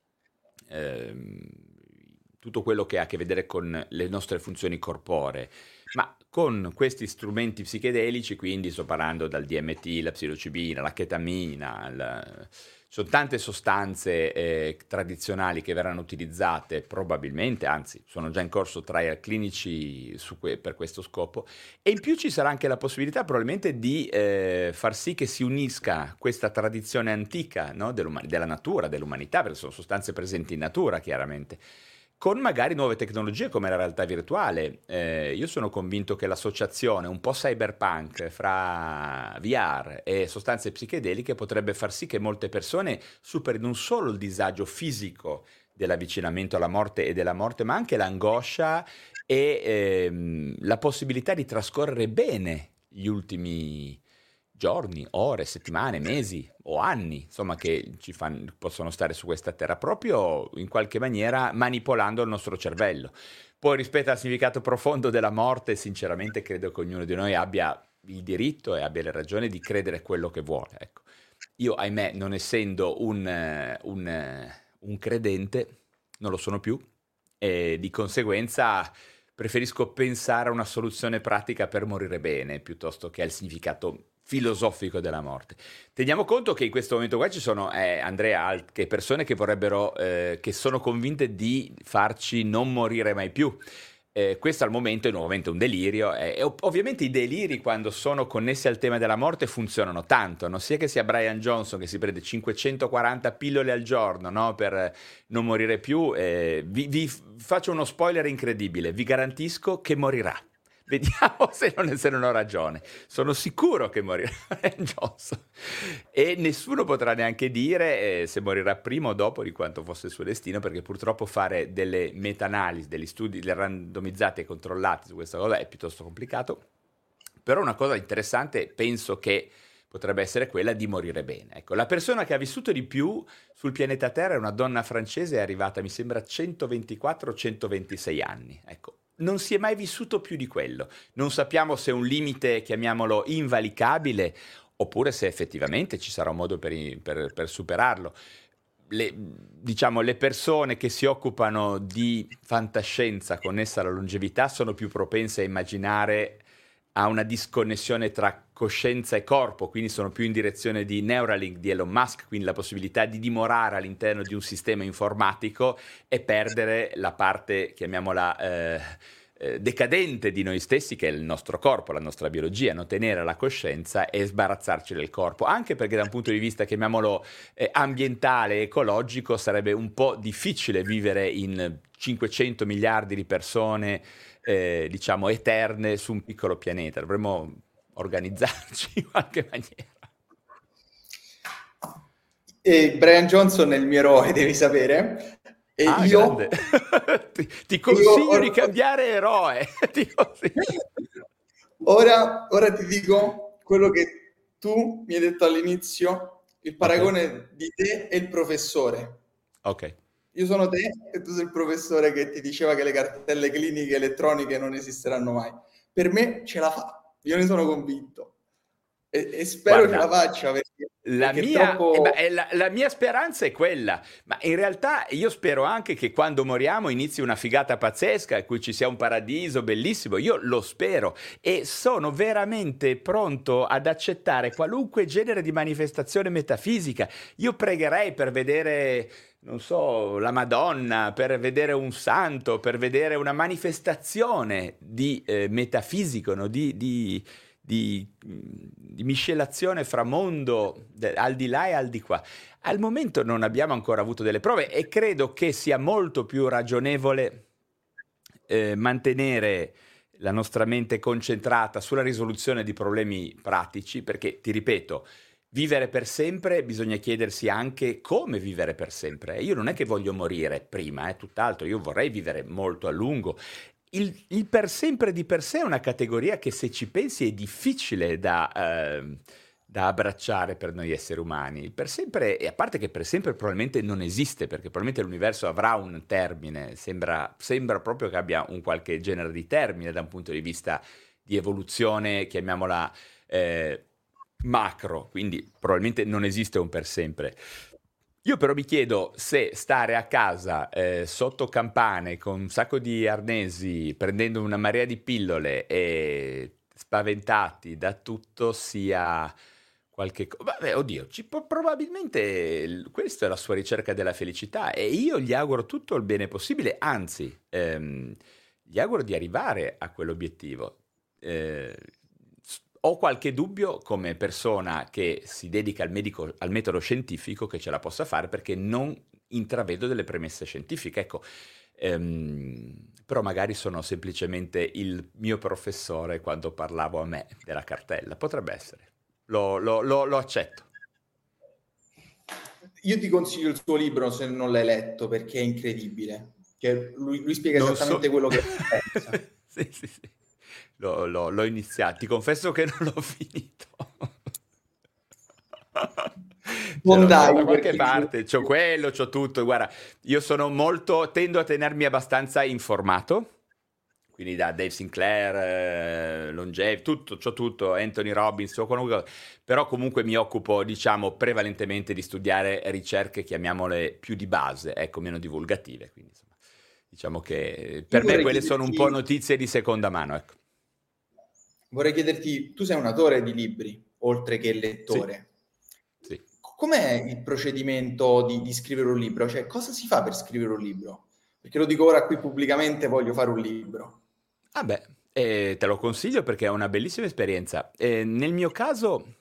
ehm, tutto quello che ha a che vedere con le nostre funzioni corporee, ma con questi strumenti psichedelici, quindi sto parlando dal D M T, la psilocibina, la chetamina, la- sono tante sostanze eh, tradizionali che verranno utilizzate probabilmente, anzi sono già in corso trial clinici su que- per questo scopo, e in più ci sarà anche la possibilità probabilmente di eh, far sì che si unisca questa tradizione antica, no, dell'uma- della natura, dell'umanità, perché sono sostanze presenti in natura chiaramente, con magari nuove tecnologie come la realtà virtuale. Eh, io sono convinto che l'associazione un po' cyberpunk fra V R e sostanze psichedeliche potrebbe far sì che molte persone superino non solo il disagio fisico dell'avvicinamento alla morte e della morte, ma anche l'angoscia e ehm, la possibilità di trascorrere bene gli ultimi giorni, ore, settimane, mesi o anni, insomma, che ci fanno, possono stare su questa terra, proprio in qualche maniera manipolando il nostro cervello. Poi rispetto al significato profondo della morte, sinceramente credo che ognuno di noi abbia il diritto e abbia le ragioni di credere quello che vuole, ecco. Io, ahimè, non essendo un, eh, un, eh, un credente, non lo sono più, e di conseguenza preferisco pensare a una soluzione pratica per morire bene, piuttosto che al significato filosofico della morte. Teniamo conto che in questo momento qua ci sono, eh, Andrea, anche persone che vorrebbero, eh, che sono convinte di farci non morire mai più. Eh, questo al momento è nuovamente un delirio, eh, e ov- ovviamente i deliri, quando sono connessi al tema della morte, funzionano tanto, no? Sia che sia Brian Johnson che si prende cinquecentoquaranta pillole al giorno, no? Per non morire più. eh, vi, vi f- faccio uno spoiler incredibile: vi garantisco che morirà. Vediamo se non, se non ho ragione. Sono sicuro che morirà Brian Johnson. E nessuno potrà neanche dire eh, se morirà prima o dopo di quanto fosse il suo destino, perché purtroppo fare delle meta-analisi, degli studi delle randomizzati e controllati su questa cosa è piuttosto complicato. Però una cosa interessante penso che potrebbe essere quella di morire bene. Ecco, la persona che ha vissuto di più sul pianeta Terra è una donna francese, è arrivata, mi sembra, a centoventiquattro centoventisei anni. Ecco, non si è mai vissuto più di quello. Non sappiamo se è un limite, chiamiamolo, invalicabile, oppure se effettivamente ci sarà un modo per, per, per superarlo. Le, diciamo, le persone che si occupano di fantascienza connessa alla longevità sono più propense a immaginare a una disconnessione tra coscienza e corpo, quindi sono più in direzione di Neuralink di Elon Musk, quindi la possibilità di dimorare all'interno di un sistema informatico e perdere la parte, chiamiamola, eh, eh, decadente di noi stessi, che è il nostro corpo, la nostra biologia, no? Tenere la coscienza e sbarazzarci del corpo, anche perché da un punto di vista, chiamiamolo, eh, ambientale e ecologico, sarebbe un po' difficile vivere in cinquecento miliardi di persone, eh, diciamo, eterne su un piccolo pianeta. Dovremmo organizzarci in qualche maniera. E Brian Johnson è il mio eroe, devi sapere. E ah, io ti, ti consiglio io, di cambiare eroe. Ti ora, ora ti dico quello che tu mi hai detto all'inizio, il paragone okay. di te e il professore. Ok. Io sono te e tu sei il professore che ti diceva che le cartelle cliniche elettroniche non esisteranno mai. Per me ce la fa, io ne sono convinto. E, e spero Guarda, che la faccia, perché, la, perché mia, troppo... eh beh, la, la mia speranza è quella, ma in realtà io spero anche che quando moriamo inizi una figata pazzesca, in cui ci sia un paradiso bellissimo. Io lo spero e sono veramente pronto ad accettare qualunque genere di manifestazione metafisica. Io pregherei per vedere, non so, la Madonna, per vedere un santo, per vedere una manifestazione di eh, metafisico, no? di... di Di, di miscelazione fra mondo de, al di là e al di qua. Al momento non abbiamo ancora avuto delle prove e credo che sia molto più ragionevole eh, mantenere la nostra mente concentrata sulla risoluzione di problemi pratici, perché, ti ripeto, vivere per sempre bisogna chiedersi anche come vivere per sempre. Io non è che voglio morire prima, è eh, tutt'altro, io vorrei vivere molto a lungo. Il, il per sempre di per sé è una categoria che, se ci pensi, è difficile da, eh, da abbracciare per noi esseri umani. Il per sempre, e a parte che per sempre probabilmente non esiste, perché probabilmente l'universo avrà un termine, sembra, sembra proprio che abbia un qualche genere di termine da un punto di vista di evoluzione, chiamiamola eh, macro, quindi probabilmente non esiste un per sempre. Io però mi chiedo se stare a casa eh, sotto campane con un sacco di arnesi, prendendo una marea di pillole e spaventati da tutto sia qualche cosa. Vabbè, oddio, ci può, probabilmente questa è la sua ricerca della felicità e io gli auguro tutto il bene possibile, anzi, ehm, gli auguro di arrivare a quell'obiettivo. Eh, Ho qualche dubbio, come persona che si dedica al, medico, al metodo scientifico, che ce la possa fare, perché non intravedo delle premesse scientifiche. Ecco, ehm, però magari sono semplicemente il mio professore quando parlavo a me della cartella. Potrebbe essere. Lo, lo, lo, lo accetto. Io ti consiglio il suo libro se non l'hai letto, perché è incredibile. Che lui, lui spiega Non esattamente so... quello che pensa. Sì, sì, sì. L'ho, l'ho, l'ho iniziato, ti confesso che non l'ho finito. Ce l'ho, ce l'ho da Fondai qualche perché parte, c'ho quello, c'ho tutto. Guarda, io sono molto, tendo a tenermi abbastanza informato, quindi da Dave Sinclair, eh, Longev, tutto, c'ho tutto, Anthony Robbins, o qualunque cosa. Però comunque mi occupo, diciamo, prevalentemente di studiare ricerche, chiamiamole più di base, ecco, meno divulgative. Quindi, insomma, diciamo che io per me vorrei quelle sono un po' chiederti, notizie di seconda mano, ecco. vorrei chiederti, tu sei un autore di libri, oltre che Sì, lettore. sì. Com'è il procedimento di, di scrivere un libro? Cioè, cosa si fa per scrivere un libro? Perché lo dico ora qui pubblicamente, voglio fare un libro. Ah beh, eh, te lo consiglio perché è una bellissima esperienza. Eh, nel mio caso,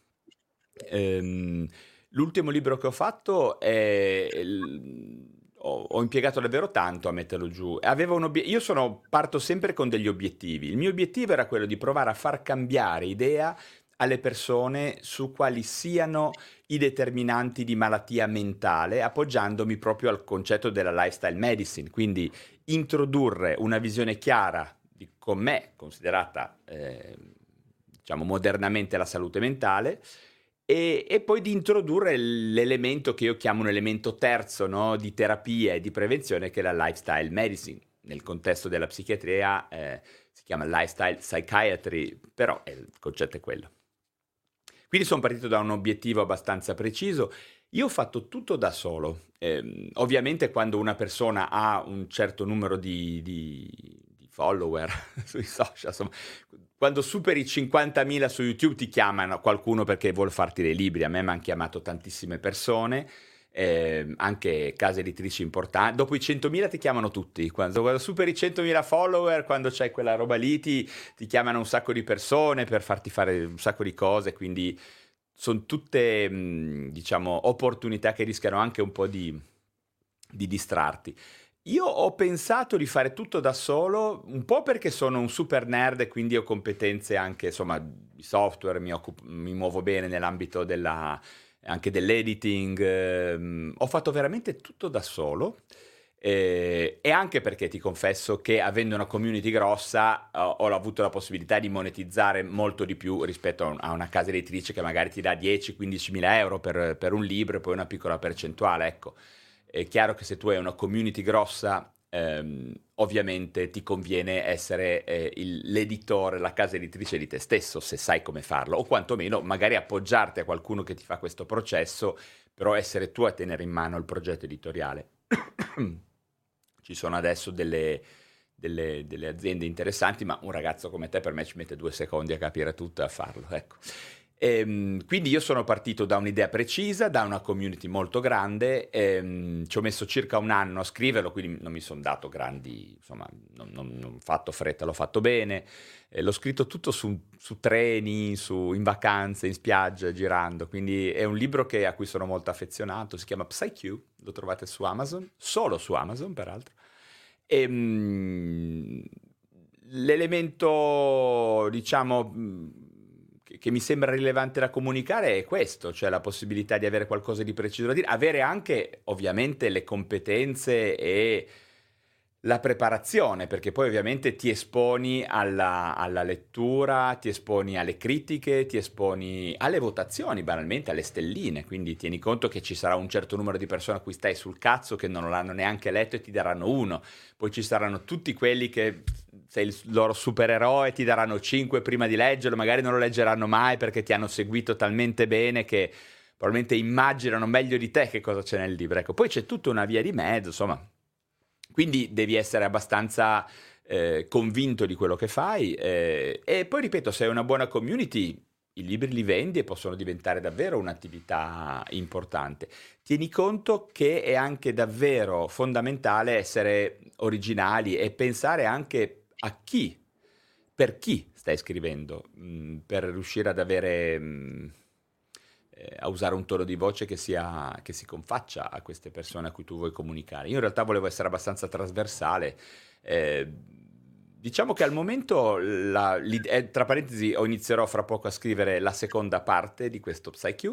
ehm, l'ultimo libro che ho fatto è... il- Ho, ho impiegato davvero tanto a metterlo giù. Avevo un obie- Io sono, parto sempre con degli obiettivi. Il mio obiettivo era quello di provare a far cambiare idea alle persone su quali siano i determinanti di malattia mentale, appoggiandomi proprio al concetto della lifestyle medicine. Quindi introdurre una visione chiara di com'è considerata, eh, diciamo, modernamente la salute mentale e, e poi di introdurre l'elemento che io chiamo un elemento terzo, no, di terapia e di prevenzione, che è la lifestyle medicine. Nel contesto della psichiatria eh, si chiama lifestyle psychiatry, però eh, il concetto è quello. Quindi sono partito da un obiettivo abbastanza preciso. Io ho fatto tutto da solo. Ehm, ovviamente quando una persona ha un certo numero di, di- di follower sui social, insomma, quando superi i cinquantamila su YouTube ti chiamano qualcuno perché vuole farti dei libri. A me mi hanno chiamato tantissime persone, ehm, anche case editrici importanti. Dopo i centomila ti chiamano tutti. Quando, quando superi i centomila follower, quando c'hai quella roba lì, ti, ti chiamano un sacco di persone per farti fare un sacco di cose, quindi sono tutte, mh, diciamo, opportunità che rischiano anche un po' di, di distrarti. Io ho pensato di fare tutto da solo, un po' perché sono un super nerd e quindi ho competenze anche, insomma, di software, mi, occupo- mi muovo bene nell'ambito della, anche dell'editing, ehm, ho fatto veramente tutto da solo. Eh, e anche perché ti confesso che avendo una community grossa ho, ho avuto la possibilità di monetizzare molto di più rispetto a, un- a una casa editrice che magari ti dà dieci quindici mila euro per, per un libro e poi una piccola percentuale. Ecco, è chiaro che se tu hai una community grossa, ehm, ovviamente ti conviene essere eh, il- l'editore, la casa editrice di te stesso, se sai come farlo, o quantomeno magari appoggiarti a qualcuno che ti fa questo processo, però essere tu a tenere in mano il progetto editoriale. Ci sono adesso delle, delle- delle aziende interessanti, ma un ragazzo come te per me ci mette due secondi a capire tutto e a farlo, ecco. Ehm, quindi io sono partito da un'idea precisa, da una community molto grande, ehm, ci ho messo circa un anno a scriverlo, quindi non mi sono dato grandi, insomma, non, non- non ho fatto fretta, l'ho fatto bene. Eh, l'ho scritto tutto su, su treni, su- in vacanze, in spiaggia, girando, quindi è un libro che- a cui sono molto affezionato, si chiama PsyQ, lo trovate su Amazon, solo su Amazon peraltro. Ehm, l'elemento, diciamo, mh, che, che mi sembra rilevante da comunicare è questo, cioè la possibilità di avere qualcosa di preciso da dire, avere anche ovviamente le competenze e la preparazione, perché poi ovviamente ti esponi alla, alla lettura, ti esponi alle critiche, ti esponi alle votazioni, banalmente alle stelline, quindi tieni conto che ci sarà un certo numero di persone a cui stai sul cazzo che non l'hanno neanche letto e ti daranno uno, poi ci saranno tutti quelli che sei il loro supereroe e ti daranno cinque prima di leggerlo, magari non lo leggeranno mai perché ti hanno seguito talmente bene che probabilmente immaginano meglio di te che cosa c'è nel libro. Ecco, poi c'è tutta una via di mezzo, insomma. Quindi devi essere abbastanza eh, convinto di quello che fai eh, e poi ripeto, se hai una buona community, i libri li vendi e possono diventare davvero un'attività importante. Tieni conto che è anche davvero fondamentale essere originali e pensare anche a chi, per chi stai scrivendo, mh, per riuscire ad avere, mh, eh, a usare un tono di voce che sia, che si confaccia a queste persone a cui tu vuoi comunicare. Io in realtà volevo essere abbastanza trasversale. eh, diciamo che al momento, la- l'id- eh, tra parentesi, o inizierò fra poco a scrivere la seconda parte di questo PsyQ,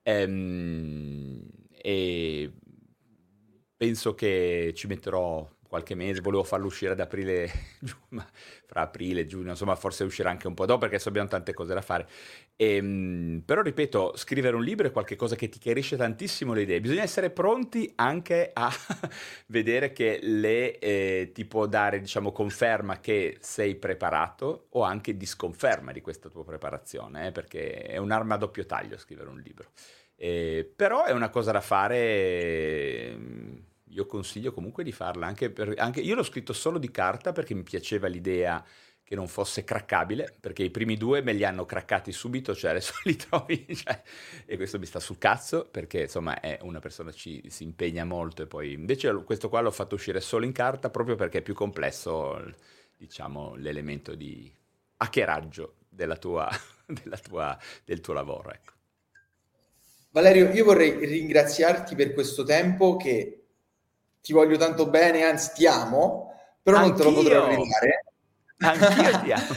ehm, e penso che ci metterò qualche mese, volevo farlo uscire ad aprile, giù, ma fra aprile e giugno, insomma forse uscirà anche un po' dopo perché adesso abbiamo tante cose da fare. Ehm, però ripeto, scrivere un libro è qualcosa che ti chiarisce tantissimo le idee, bisogna essere pronti anche a vedere che le eh, ti può dare, diciamo, conferma che sei preparato o anche disconferma di questa tua preparazione, eh, perché è un'arma a doppio taglio scrivere un libro. Eh, però è una cosa da fare, eh, io consiglio comunque di farla, anche per, anche, io l'ho scritto solo di carta perché mi piaceva l'idea che non fosse craccabile, perché i primi due me li hanno craccati subito, cioè adesso li trovi, cioè, e questo mi sta sul cazzo, perché insomma è una persona ci si impegna molto e poi invece questo qua l'ho fatto uscire solo in carta proprio perché è più complesso, diciamo, l'elemento di hackeraggio della tua, della tua, del tuo lavoro, ecco. Valerio, io vorrei ringraziarti per questo tempo, che ti voglio tanto bene, anzi ti amo, però non te lo potrò ridare. Anch'io ti amo.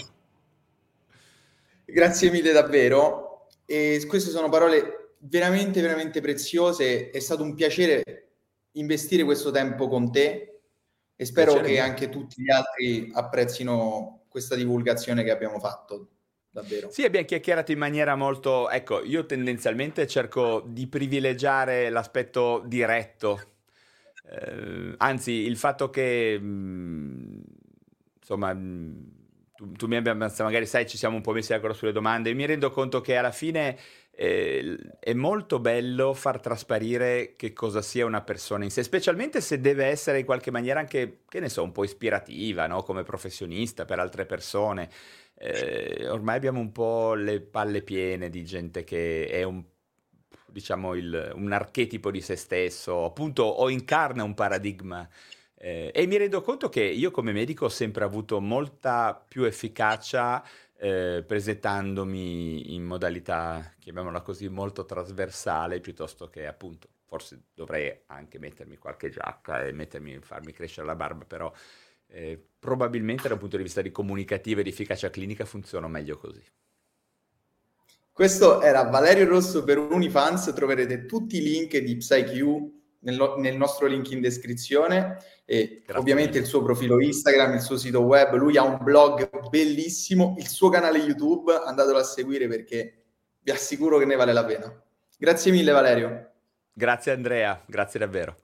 Grazie mille davvero. E queste sono parole veramente, veramente preziose. È stato un piacere investire questo tempo con te e spero Piacere che mio. anche tutti gli altri apprezzino questa divulgazione che abbiamo fatto. Davvero. Sì, abbiamo chiacchierato in maniera molto... Ecco, io tendenzialmente cerco di privilegiare l'aspetto diretto. Eh, anzi, il fatto che... mh, insomma... mh, tu, tu mi abbia, magari sai, ci siamo un po' messi d'accordo sulle domande. Io mi rendo conto che alla fine eh, è molto bello far trasparire che cosa sia una persona in sé, specialmente se deve essere in qualche maniera anche, che ne so, un po' ispirativa, no? Come professionista per altre persone. Eh, ormai abbiamo un po' le palle piene di gente che è un, diciamo, il, un archetipo di se stesso, appunto, o incarna un paradigma. Eh, e mi rendo conto che io come medico ho sempre avuto molta più efficacia eh, presentandomi in modalità, chiamiamola così, molto trasversale, piuttosto che appunto, forse dovrei anche mettermi qualche giacca e mettermi, farmi crescere la barba, però eh, probabilmente da un punto di vista di comunicativa e di efficacia clinica funziona meglio così. Questo era Valerio Rosso per Unifans. Troverete tutti i link di PsyQ nel, nel nostro link in descrizione e Grazie ovviamente mille. il suo profilo Instagram, il suo sito web. Lui ha un blog bellissimo, il suo canale YouTube, andatelo a seguire perché vi assicuro che ne vale la pena. Grazie mille Valerio. Grazie Andrea, grazie davvero.